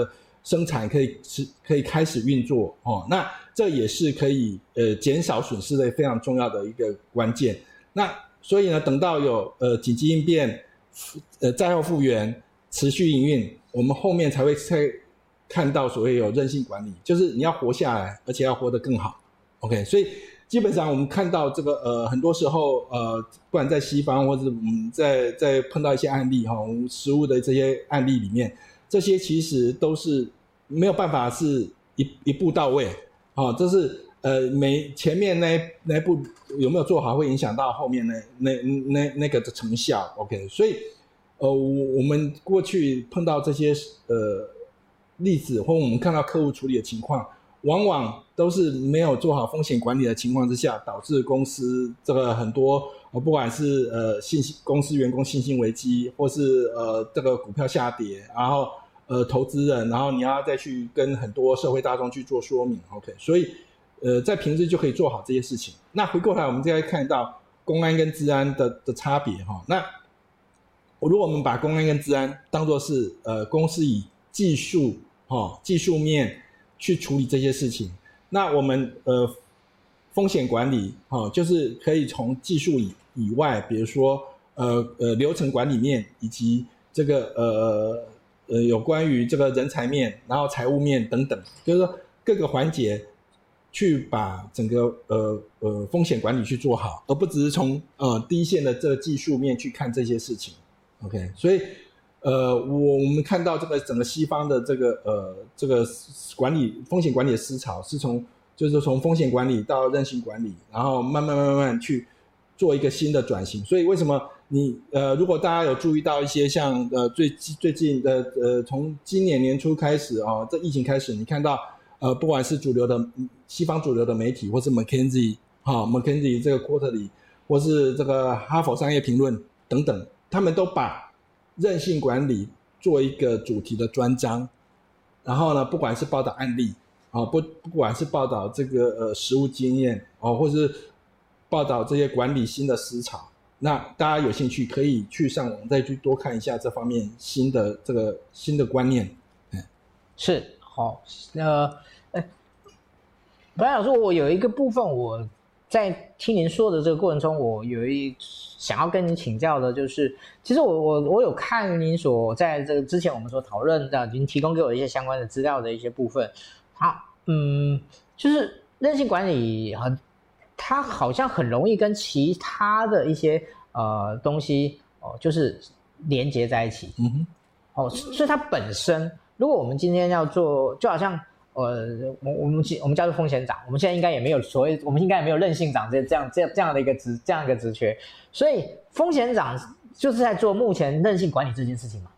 生产可以可以开始运作哦，那这也是可以呃减少损失的非常重要的一个关键。那所以呢，等到有呃紧急应变、呃灾后复原、持续营运，我们后面才会才看到所谓有韧性管理，就是你要活下来，而且要活得更好。OK， 所以基本上我们看到这个呃很多时候呃不管在西方或者我们在在碰到一些案例哈、哦，实务的这些案例里面，这些其实都是没有办法是一一步到位，哦，这是呃每前面那那一步有没有做好，会影响到后面那那那那个的成效。OK， 所以呃我们过去碰到这些呃例子，或我们看到客户处理的情况，往往都是没有做好风险管理的情况之下，导致公司这个很多呃不管是呃信心公司员工信心危机，或是呃这个股票下跌，然后呃投资人，然后你要再去跟很多社会大众去做说明。 OK， 所以呃在平日就可以做好这些事情。那回过来我们再看到公安跟治安的的差别哈、哦。那如果我们把公安跟治安当作是呃公司以技术哦技术面去处理这些事情，那我们呃风险管理哦就是可以从技术以以外，比如说呃呃流程管理面，以及这个呃呃有关于这个人才面，然后财务面等等，就是说各个环节去把整个呃呃风险管理去做好，而不只是从呃第一线的这个技术面去看这些事情。OK， 所以呃我我们看到这个整个西方的这个呃这个管理风险管理的思潮，是从就是从风险管理到韧性管理，然后慢慢慢慢去做一个新的转型。所以为什么你呃如果大家有注意到一些像呃最最近的呃从今年年初开始哦，这疫情开始，你看到呃不管是主流的西方主流的媒体，或是 McKinsey 哈、哦、McKinsey 这个 Quarterly， 或是这个哈佛商业评论等等，他们都把韧性管理做一个主题的专章，然后呢，不管是报道案例啊，不不管是报道这个呃实务经验哦，或是报道这些管理新的思潮，那大家有兴趣可以去上网再去多看一下这方面新的这个新的观念。嗯， 是好，呃，哎，本来老师，我有一个部分我在听您说的这个过程中，我有一想要跟您请教的，就是其实我我我有看您所在这个之前我们所讨论的，您提供给我的一些相关的资料的一些部分，它嗯，就是韧性管理很，它好像很容易跟其他的一些呃东西哦，就是连接在一起。 嗯哼， 哦，所以它本身，如果我们今天要做，就好像。呃，我我们我们叫做风险长，我们现在应该也没有所谓，我们应该也没有韧性长这这样这样这样的一个职这样一个职缺，所以风险长就是在做目前韧性管理这件事情嘛。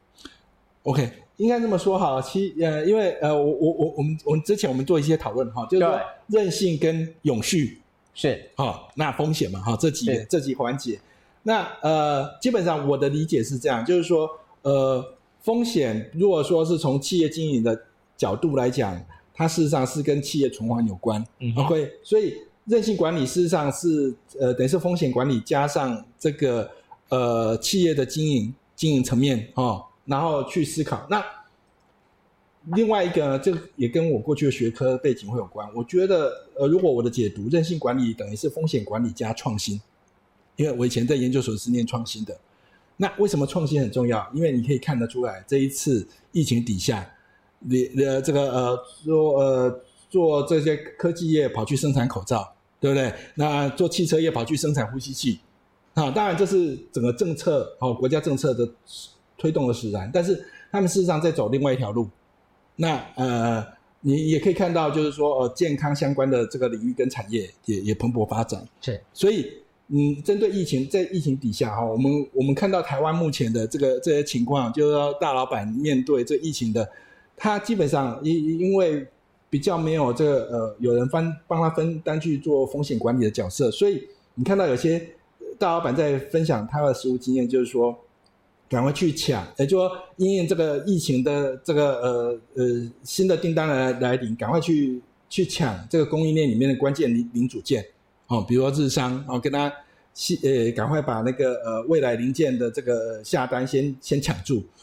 OK， 应该这么说哈，其呃，因为呃，我我我我们我们之前我们做一些讨论哈，就是说韧性跟永续是哈、哦，那风险嘛哈，这几这几环节，那呃，基本上我的理解是这样，就是说呃，风险如果说是从企业经营的角度来讲，它事实上是跟企业存亡有关。嗯 OK， 所以韧性管理事实上是呃等于是风险管理加上这个呃企业的经营经营层面哦，然后去思考。那另外一个呢，这个也跟我过去的学科背景会有关。我觉得呃如果我的解读，韧性管理等于是风险管理加创新，因为我以前在研究所是念创新的。那为什么创新很重要？因为你可以看得出来，这一次疫情底下。你呃这个呃做呃做这些科技业跑去生产口罩，对不对？那做汽车业跑去生产呼吸器，啊，当然这是整个政策哦国家政策的推动的使然，但是他们事实上在走另外一条路。那呃你也可以看到，就是说呃健康相关的这个领域跟产业也也蓬勃发展。 是， 所以嗯针对疫情，在疫情底下哈、哦，我们我们看到台湾目前的这个这些情况，就是说大老板面对这疫情的。他基本上因因为比较没有这个呃有人分帮他分担去做风险管理的角色，所以你看到有些大老板在分享他的实务经验，就是说赶快去抢，也就是说因应这个疫情的这个呃呃新的订单来来临，赶快去去抢这个供应链里面的关键零零组件哦，比如说日商哦，跟他呃赶快把那个呃未来零件的这个下单先先抢住。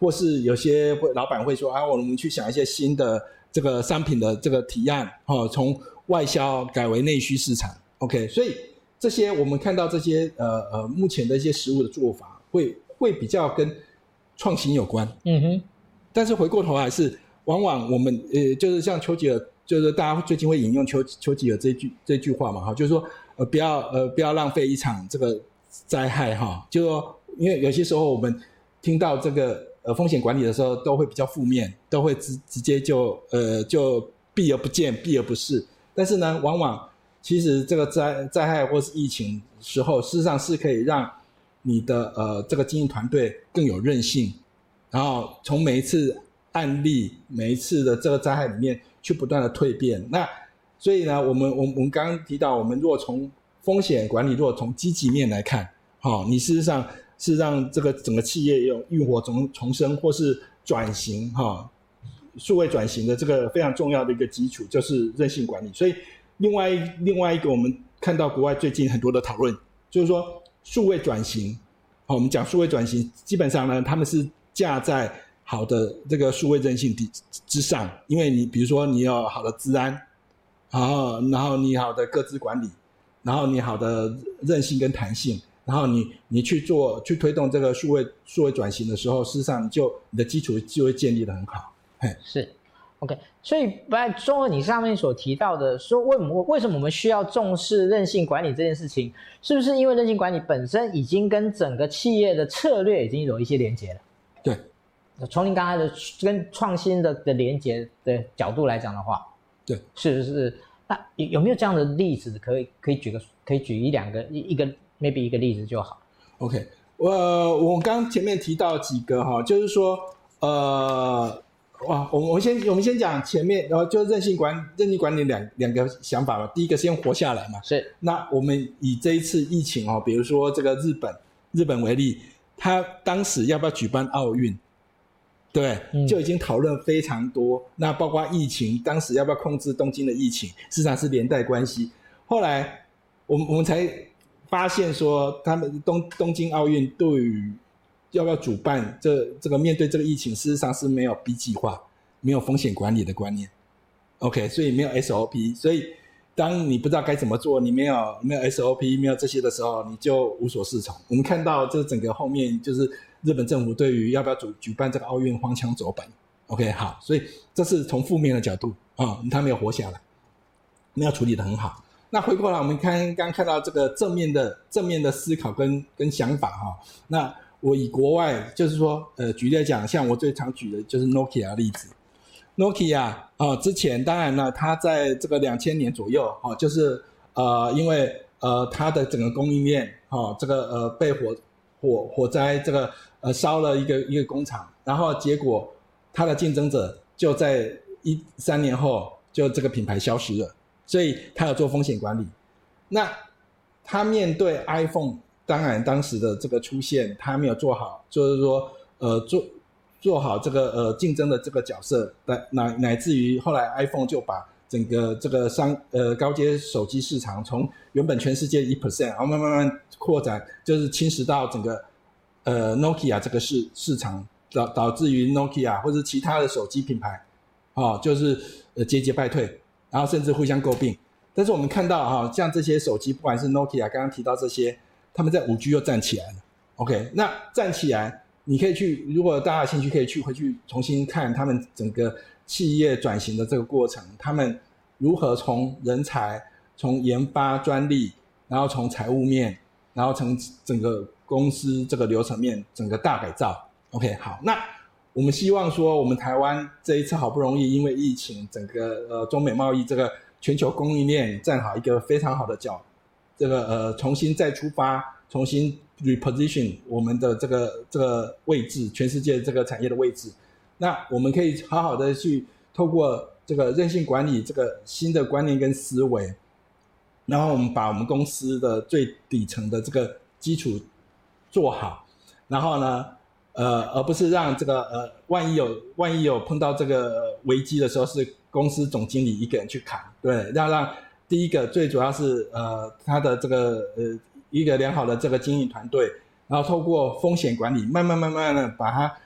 或是有些会老板会说啊，我们去想一些新的这个商品的这个提案，哦，从外销改为内需市场 ，OK， 所以这些我们看到这些呃呃目前的一些实务的做法，会会比较跟创新有关， 嗯哼， 但是回过头来是，往往我们呃就是像丘吉尔，就是大家最近会引用丘丘吉尔这句这句话嘛，哈，就是说呃不要呃不要浪费一场这个灾害哈，就是说因为有些时候我们听到这个呃风险管理的时候，都会比较负面，都会直直接就呃就避而不见，避而不视。但是呢，往往其实这个灾灾害或是疫情时候，事实上是可以让你的呃这个经营团队更有韧性，然后从每一次案例、每一次的这个灾害里面去不断的蜕变。那所以呢，我们我们我们刚刚提到，我们如果从风险管理，如果从积极面来看，哦，你事实上是让这个整个企业有浴火重重生或是转型哈、哦，数位转型的这个非常重要的一个基础就是韧性管理。所以另外另外一个我们看到国外最近很多的讨论，就是说数位转型，好，我们讲数位转型，基本上呢，他们是架在好的这个数位韧性之上，因为你比如说你有好的资安，然后然后你好的个资管理，然后你好的韧性跟弹性。然后你你去做去推动这个数位数位转型的时候，事实上就你的基础就会建立得很好。嘿， 是 OK， 所以在综合你上面所提到的，说为什么为什么我们需要重视韧性管理这件事情，是不是因为韧性管理本身已经跟整个企业的策略已经有一些连结了？ 对， 从您刚才的跟创新的的连结的角度来讲的话， 对， 是不是？那有没有这样的例子可以可以举个可以举一两个一一个 maybe 一个例子就好。 OK， 我我刚前面提到几个哈，就是说呃，哇，我们我们先我们先讲前面，然后就是韧性管韧性管理两两个想法嘛。第一个先活下来嘛， 是。 那我们以这一次疫情哦，比如说这个日本日本为例，他当时要不要举办奥运？对， 嗯、 就已经讨论非常多。那包括疫情，当时要不要控制东京的疫情，事实上是连带关系。后来我们我们才发现说，他们东东京奥运对于要不要主办这这个面对这个疫情，事实上是没有 B 计划，没有风险管理的观念。OK， 所以没有 S O P， 所以当你不知道该怎么做，你没有没有 S O P， 没有这些的时候，你就无所适从。我们看到这整个后面就是日本政府对于要不要举举办这个奥运荒腔走板。OK， 好，所以这是从负面的角度啊、哦，他没有活下来，没有处理得很好。那回过来，我们看刚刚看到这个正面的正面的思考跟跟想法哈、哦。那我以国外就是说，呃，举例来讲，像我最常举的就是 Nokia 的例子。Nokia 啊、呃，之前当然呢，它在这个两千年左右哦，就是呃，因为呃它的整个供应链哦，这个呃被火火火灾这个呃烧了一个一个工厂，然后结果它的竞争者就在一三年后就这个品牌消失了。所以他有做风险管理，那他面对 iPhone， 当然当时的这个出现，他没有做好，就是说，呃，做做好这个呃竞争的这个角色，乃乃至于后来 iPhone 就把整个这个商呃高阶手机市场从原本全世界 百分之一， 然后慢慢慢慢扩展，就是侵蚀到整个呃 Nokia 这个市市场，导导致于 Nokia 或者其他的手机品牌，哦，就是呃节节败退。然后甚至互相诟病，但是我们看到哈，像这些手机，不管是 Nokia 刚刚提到这些，他们在 五 G 又站起来了。OK， 那站起来，你可以去，如果大家有兴趣，可以去回去重新看他们整个企业转型的这个过程，他们如何从人才、从研发专利，然后从财务面，然后从整个公司这个流程面，整个大改造。OK， 好，那我们希望说，我们台湾这一次好不容易因为疫情，整个呃中美贸易这个全球供应链站好一个非常好的脚，这个呃重新再出发，重新 reposition 我们的这个这个位置，全世界这个产业的位置。那我们可以好好的去透过这个韧性管理这个新的观念跟思维，然后我们把我们公司的最底层的这个基础做好，然后呢。呃，而不是让这个呃，万一有万一有碰到这个危机的时候，是公司总经理一个人去扛，对，要让第一个最主要是呃，他的这个呃一个良好的这个经营团队，然后透过风险管理，慢慢慢慢的把它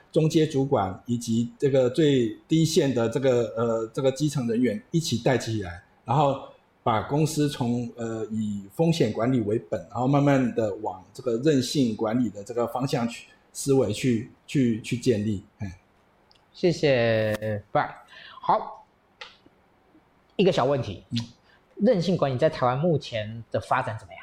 中阶主管以及这个最低线的这个呃这个基层人员一起带起来，然后把公司从呃以风险管理为本，然后慢慢的往这个韧性管理的这个方向去思维去去去建立。 谢谢 Brian。 好，一个小问题，嗯，韧性管理在台湾目前的发展怎么样？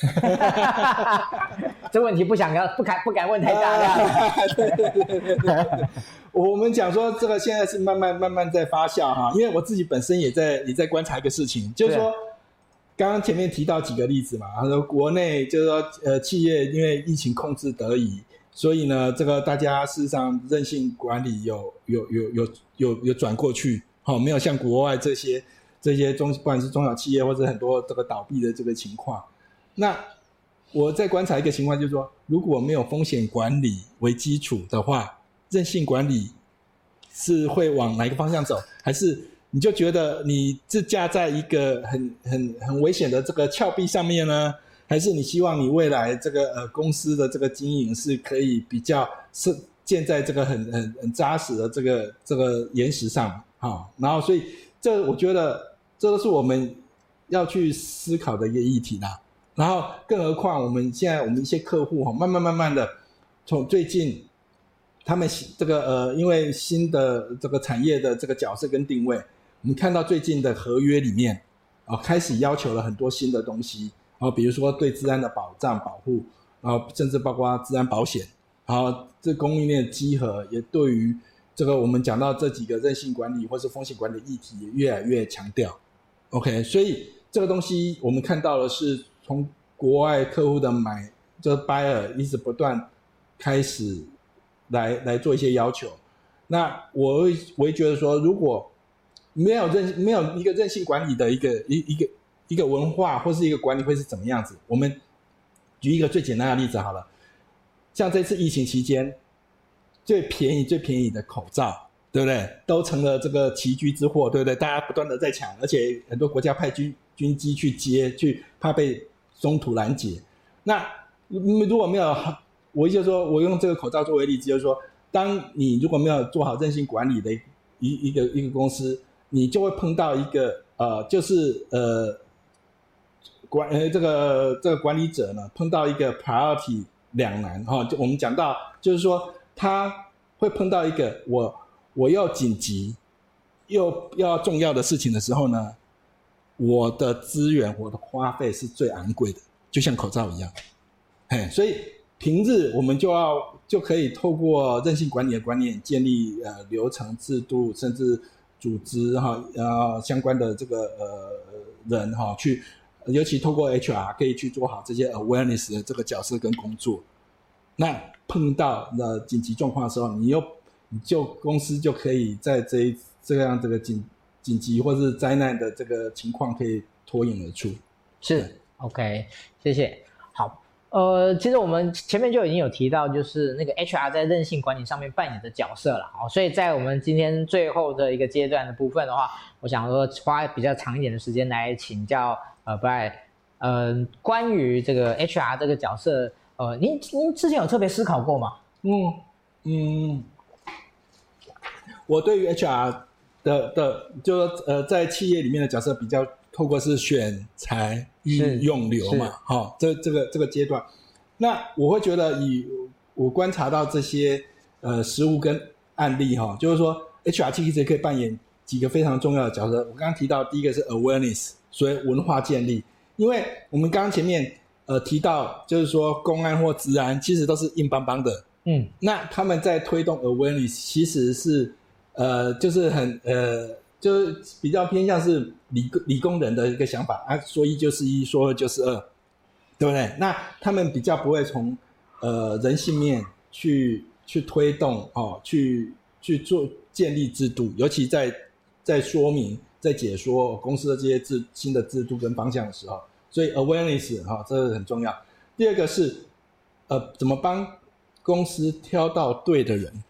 这问题不想要，不敢不敢问太大量。 对对对对对，我们讲说这个现在是慢慢慢慢在发酵哈，因为我自己本身也在也在观察一个事情，就是说刚刚前面提到几个例子嘛，他说国内就是说呃企业因为疫情控制得宜，所以呢这个大家事实上韧性管理有有有有有有转过去，好，没有像国外这些这些中不管是中小企业或者很多这个倒闭的这个情况。那我在观察一个情况，就是说如果没有风险管理为基础的话，韧性管理是会往哪一个方向走？还是你就觉得你是架在一个很很很危险的这个峭壁上面呢？还是你希望你未来这个呃公司的这个经营是可以比较是建在这个很很很扎实的这个这个岩石上啊？然后所以这我觉得这都是我们要去思考的一个议题啦。然后更何况我们现在我们一些客户慢慢慢慢的从最近他们这个呃因为新的这个产业的这个角色跟定位，我们看到最近的合约里面啊开始要求了很多新的东西，然后比如说对资安的保障保护，然后甚至包括资安保险，然后这供应链的稽核也对于这个我们讲到这几个韧性管理或是风险管理议题也越来越强调。 OK， 所以这个东西我们看到的是从国外客户的买就是 buyer 一直不断开始来来做一些要求。那我会我会觉得说，如果没有韧没有一个韧性管理的一个一一个一个文化或是一个管理会是怎么样子？我们举一个最简单的例子好了，像这次疫情期间最便宜最便宜的口罩，对不对？都成了这个奇居之祸，对不对？大家不断的在抢，而且很多国家派军军机去接，去怕被中途拦截。那如果没有，我就说我用这个口罩作为例子，就是说当你如果没有做好韧性管理的一一个一个公司，你就会碰到一个呃就是呃管呃这个这个管理者呢碰到一个 priority 两难哈、哦，就我们讲到就是说他会碰到一个我我要紧急又要重要的事情的时候呢，我的资源我的花费是最昂贵的，就像口罩一样。嘿，所以平日我们就要就可以透过韧性管理的观念建立呃流程制度甚至组织哈呃相关的这个呃人哈去，尤其透过 H R 可以去做好这些 awareness 的这个角色跟工作。那碰到了紧急状况的时候，你又你就公司就可以在这一这样这个紧紧急或是灾难的这个情况可以脱颖而出。 是 OK， 谢谢。好，呃，其实我们前面就已经有提到，就是那个 H R 在韧性管理上面扮演的角色了。好，所以在我们今天最后的一个阶段的部分的话，我想说花比较长一点的时间来请教呃 Brian， 呃，关于这个 H R 这个角色，呃，您您之前有特别思考过吗？ 嗯嗯，我对于 H R 的的就呃在企业里面的角色比较透过是选才育用留嘛，好、哦，这这个这个阶段，那我会觉得以我观察到这些呃实务跟案例哈、哦，就是说 H R 其实可以扮演几个非常重要的角色。我刚刚提到第一个是 awareness， 所以文化建立，因为我们刚刚前面呃提到就是说公安或治安其实都是硬邦邦的，嗯，那他们在推动 awareness 其实是呃就是很呃就是比较偏向是理理工人的一个想法啊，说一就是一，说二就是二，对不对？那他们比较不会从呃人性面去去推动哦，去去做建立制度，尤其在在说明在解说公司的这些制新的制度跟方向的时候，所以 awareness 哈、哦、这个很重要。第二个是呃怎么帮公司挑到对的人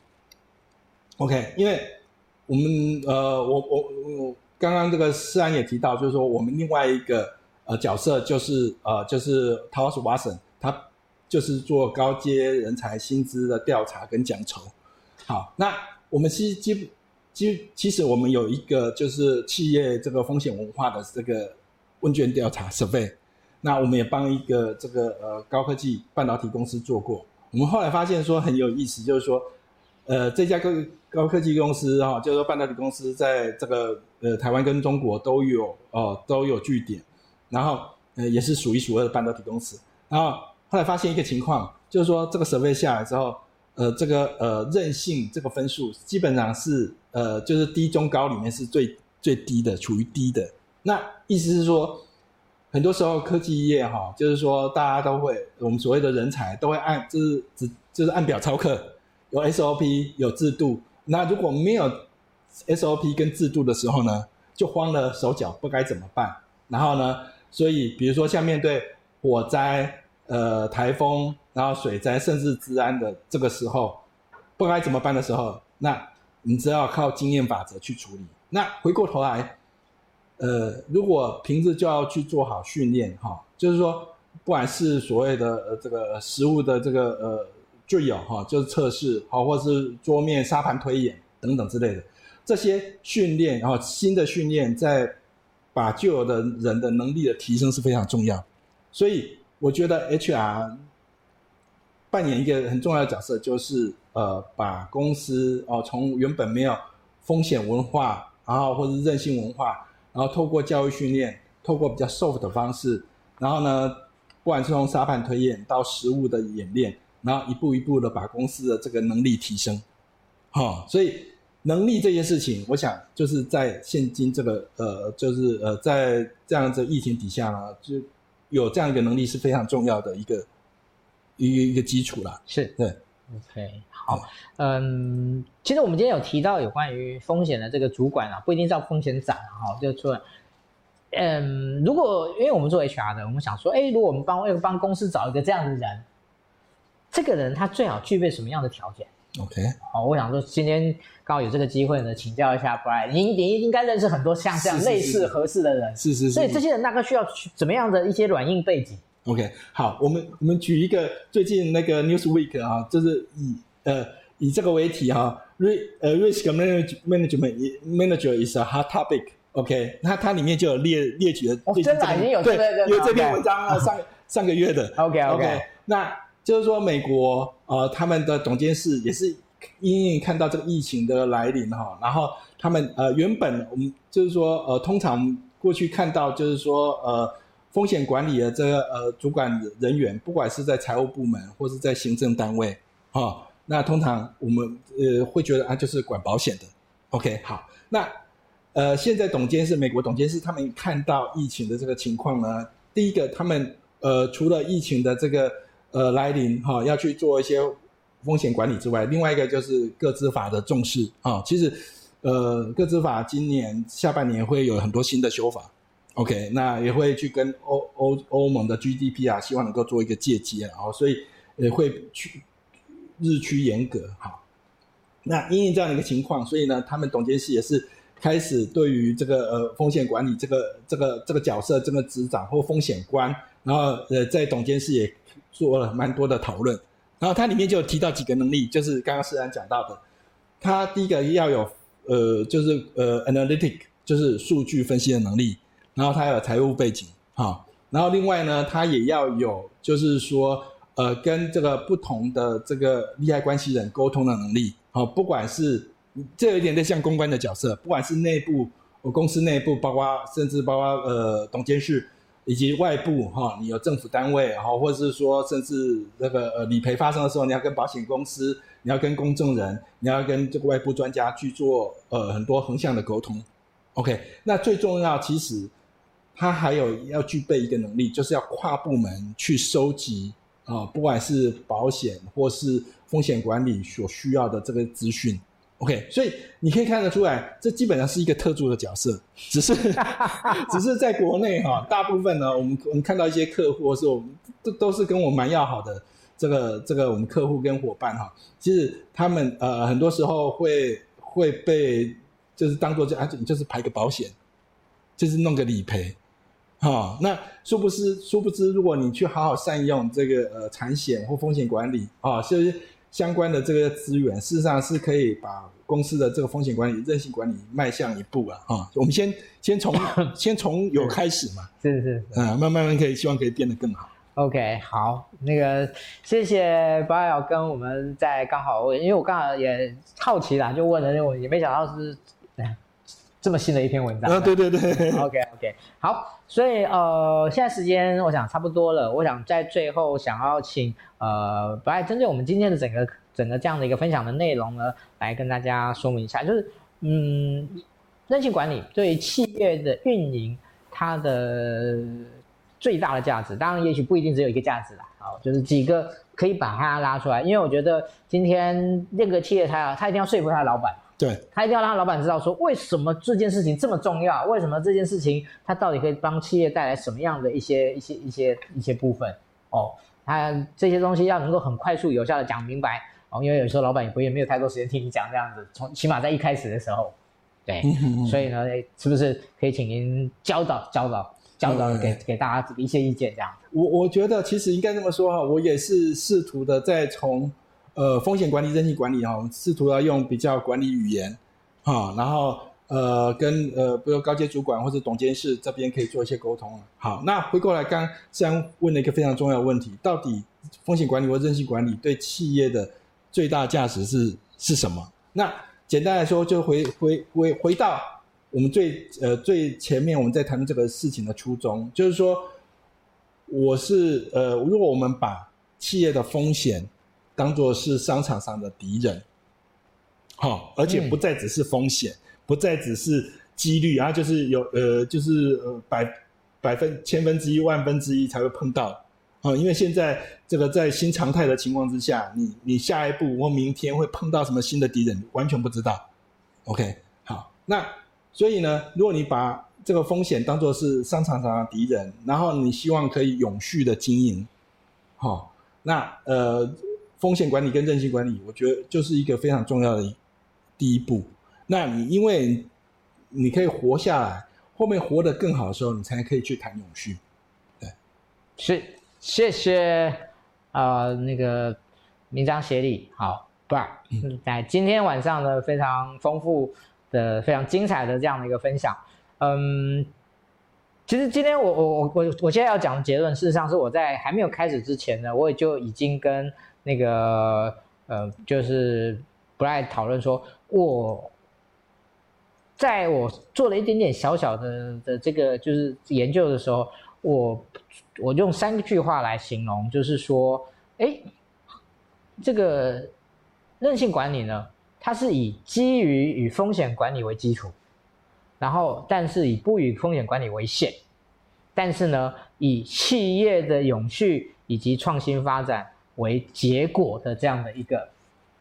，OK， 因为我们呃，我我我刚刚这个思安也提到，就是说我们另外一个呃角色就是呃就是 Towers Watson， 他就是做高阶人才薪资的调查跟奖酬。 好，那我们其基基其实我们有一个就是企业这个风险文化的这个问卷调查 survey， 那我们也帮一个这个呃高科技半导体公司做过。我们后来发现说很有意思，就是说呃这家高高科技公司哈、哦，就是说半导体公司在这个呃台湾跟中国都有呃都有据点，然后呃也是数一数二的半导体公司。然后后来发现一个情况，就是说这个 survey 下来之后，呃这个呃韧性这个分数基本上是呃就是低中高里面是最最低的，处于低的。那意思是说，很多时候科技业哈，就是说大家都会，我们所谓的人才都会按就是只就是按表操课，有 S O P 有制度。那如果没有 S O P 跟制度的时候呢，就慌了手脚，不该怎么办。然后呢，所以比如说像面对火灾、呃台风，然后水灾，甚至治安的这个时候，不该怎么办的时候，那你只要靠经验法则去处理。那回过头来。呃，如果平时就要去做好训练哈，就是说，不管是所谓的呃这个实物的这个呃 drill 哈，就是测试好，或是桌面沙盘推演等等之类的这些训练，然后新的训练，在把旧有的人的能力的提升是非常重要。所以我觉得 H R 扮演一个很重要的角色，就是呃把公司哦从原本没有风险文化，然后或者是韧性文化。然后透过教育训练，透过比较 soft 的方式，然后呢，不管是从沙盘推演到实务的演练，然后一步一步的把公司的这个能力提升，哦，所以能力这件事情，我想就是在现今这个呃，就是呃，在这样的疫情底下呢，就有这样一个能力是非常重要的一个一个一个基础啦。 是， 对 ，OK。好，嗯，其实我们今天有提到有关于风险的这个主管啊，不一定叫风险长哈，就说，嗯，如果因为我们做 H R 的，我们想说，哎，如果我们帮要帮公司找一个这样的人，这个人他最好具备什么样的条件 ？OK， 好，我想说今天刚好有这个机会呢，请教一下 Brian， 你你应该认识很多像这样类似合适的人， 是是是， 所以这些人大概需要怎么样的一些软硬背景 ？OK， 好，我们我们举一个最近那个 Newsweek 啊，就是以呃，以这个为题哈 ，risk 呃 risk management manager is a hot topic。OK， 那它里面就有列列举了， 哦，真的已经有对， 有这篇文章啊，上上个月的。 OK OK， 那就是说美国呃他们的总监事也是因为看到这个疫情的来临哈，然后他们呃原本我们就是说呃通常过去看到就是说呃风险管理的这个呃主管人员，不管是在财务部门或是在行政单位啊。那通常我们呃会觉得啊，就是管保险的 ，OK， 好，那呃现在董监事美国董监事他们看到疫情的这个情况呢，第一个他们呃除了疫情的这个呃来临哈、哦，要去做一些风险管理之外，另外一个就是个资法的重视啊、哦。其实呃个资法今年下半年会有很多新的修法 ，OK， 那也会去跟欧欧欧盟的 G D P 啊，希望能够做一个借接，然后所以也会去。日趋严格，好，那因应这样的一个情况，所以呢，他们董监事也是开始对于这个呃风险管理这个这个这个角色，这个职掌或风险官，然后呃在董监事也做了蛮多的讨论，然后它里面就有提到几个能力，就是刚刚世安讲到的，他第一个要有呃就是呃 analytic， 就是数据分析的能力，然后他有财务背景，好，然后另外呢，他也要有就是说。呃，跟这个不同的这个利害关系人沟通的能力，好、哦，不管是这有一点点像公关的角色，不管是内部、呃、公司内部，包括甚至包括呃董监事以及外部哈、哦，你有政府单位哈、哦，或者是说甚至那个呃理赔发生的时候，你要跟保险公司，你要跟公证人，你要跟这个外部专家去做呃很多横向的沟通。OK， 那最重要其实他还有要具备一个能力，就是要跨部门去收集。啊、哦，不管是保险或是风险管理所需要的这个资讯 ，OK， 所以你可以看得出来，这基本上是一个特殊的角色，只是只是在国内哈、哦，大部分呢，我们我们看到一些客户，或是我们都都是跟我蛮要好的这个这个我们客户跟伙伴哈、哦，其实他们呃很多时候会会被就是当做就啊，你就是排个保险，就是弄个理赔。哦，那殊不知，殊不知，如果你去好好善用这个呃产险或风险管理啊、哦，就是相关的这个资源，事实上是可以把公司的这个风险管理、韧性管理迈向一步了啊！我们先先从先从有开始嘛， 是是， 嗯、呃，慢慢慢可以希望可以变得更好。 OK， 好，那个谢谢巴瑶跟我们在刚好，因为我刚好也好奇啦，就问了，我也没想到是这么新的一篇文章。 啊，对对对。 OK OK， 好，所以呃，现在时间我想差不多了，我想在最后想要请呃，巴瑶针对我们今天的整个整个这样的一个分享的内容呢，来跟大家说明一下，就是嗯，韧性管理对于企业的运营它的最大的价值，当然也许不一定只有一个价值啦，好，就是几个可以把它拉出来，因为我觉得今天那个企业它它一定要说服他的老板， 对， 他一定要让老板知道说为什么这件事情这么重要，为什么这件事情它到底可以帮企业带来什么样的一些一些一些一些部分哦，他这些东西要能够很快速有效的讲明白哦，因为有时候老板也不会没有太多时间听你讲这样子，从起码在一开始的时候，对，嗯、所以呢，是不是可以请您教导教导？教导给给大家一些意见，这样。 我我觉得其实应该这么说哈，我也是试图的在从呃风险管理、韧性管理哈，试图要用比较管理语言哈，然后呃跟呃比如高阶主管或者董监事这边可以做一些沟通。好，那回过来刚刚虽然问了一个非常重要的问题，到底风险管理或韧性管理对企业的最大价值是是什么？那简单来说，就回回回回到。我们最呃最前面我们在谈论这个事情的初衷，就是说，我是呃，如果我们把企业的风险当作是商场上的敌人，好、哦，而且不再只是风险，嗯、不再只是几率啊，就是有呃就是呃百百分千分之一、万分之一才会碰到啊、哦，因为现在这个在新常态的情况之下，你你下一步或明天会碰到什么新的敌人，完全不知道。OK， 好，那。所以呢，如果你把这个风险当作是商场上的敌人，然后你希望可以永续的经营，好、哦，那呃风险管理跟韧性管理，我觉得就是一个非常重要的第一步。那你因为你可以活下来，后面活得更好的时候，你才可以去谈永续。对， 是，谢谢呃那个明章协理，好，不然在今天晚上呢非常丰富。的非常精彩的这样的一个分享，嗯，其实今天我我我我我现在要讲的结论，事实上是我在还没有开始之前呢，我也就已经跟那个呃，就是 Brian 讨论说，我在我做了一点点小小的的这个就是研究的时候，我我用三句话来形容，就是说，哎，这个韧性管理呢。它是以基于与风险管理为基础，然后但是以不与风险管理为限，但是呢，以企业的永续以及创新发展为结果的这样的一个，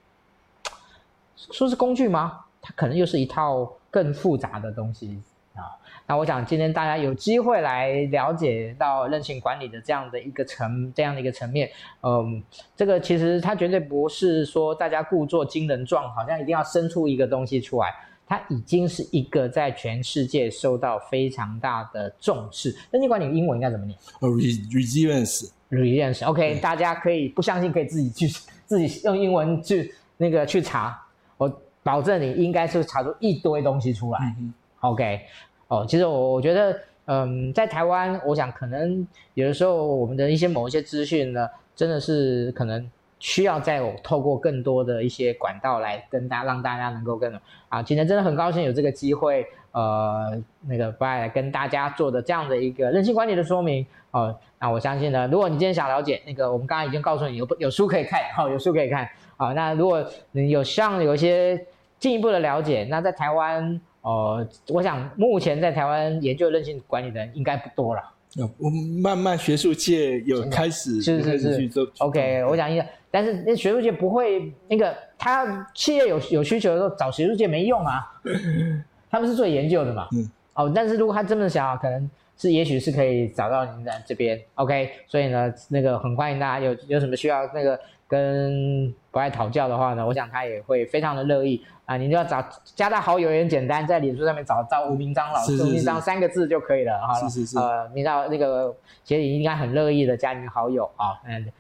说是工具吗？它可能又是一套更复杂的东西啊。那我想今天大家有机会来了解到韧性管理的这样的一个层这样的一个层面，嗯，这个其实它绝对不是说大家故作惊人状，好像一定要生出一个东西出来，它已经是一个在全世界受到非常大的重视。韧性管理英文应该怎么念？ Resilience Resilience OK， 大家可以不相信可以自己去自己用英文去那个去查，我保证你应该是查出一堆东西出来、嗯、OK。哦，其实我我觉得，嗯，在台湾，我想可能有的时候我们的一些某一些资讯呢，真的是可能需要再有透过更多的一些管道来跟大家让大家能够更啊，今天真的很高兴有这个机会，呃，那个来跟大家做的这样的一个韧性管理的说明，哦，那我相信呢，如果你今天想了解那个，我们刚刚已经告诉你有有书可以看，好、哦，有书可以看，好、哦，那如果你有像有一些进一步的了解，那在台湾。呃，我想目前在台湾研究韧性管理的人应该不多了。 我们慢慢学术界有开始， 是是是是 ，OK， 我想一下，但是那学术界不会那个，他企业有有需求的时候找学术界没用啊，他们是做研究的嘛。嗯。哦，但是如果他真的想要，可能是也许是可以找到您在这边 ，OK， 所以呢，那个很欢迎大家有有什么需要那个跟不爱讨教的话呢，我想他也会非常的乐意。啊，你就要找加他好友也很简单，在脸书上面找到吴明章老师，吴明章三个字就可以了哈。 是是是。 呃，明章那个协理应该很乐意的加您好友啊，嗯，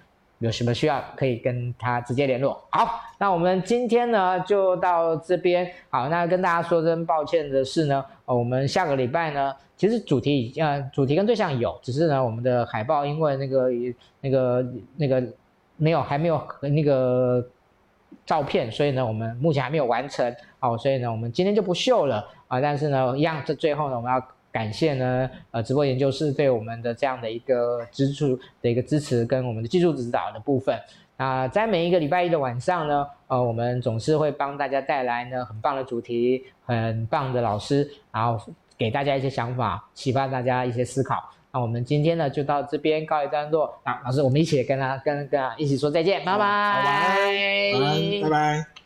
有什么需要可以跟他直接联络。好，那我们今天呢就到这边。好，那跟大家说声抱歉的是呢，呃、我们下个礼拜呢，其实主题呃主题跟对象有，只是呢我们的海报因为那个那个那个没有还没有那个照片，所以呢我们目前还没有完成。好，所以呢我们今天就不秀了啊、呃，但是呢一样，这最后呢我们要感谢呢，呃，直播研究室对我们的这样的一个支出的一个支持跟我们的技术指导的部分。那在每一个礼拜一的晚上呢，呃，我们总是会帮大家带来呢很棒的主题，很棒的老师，然后给大家一些想法，启发大家一些思考。那我们今天呢就到这边告一段落。啊，老师，我们一起跟他跟跟他一起说再见，拜拜， 晚安，拜拜。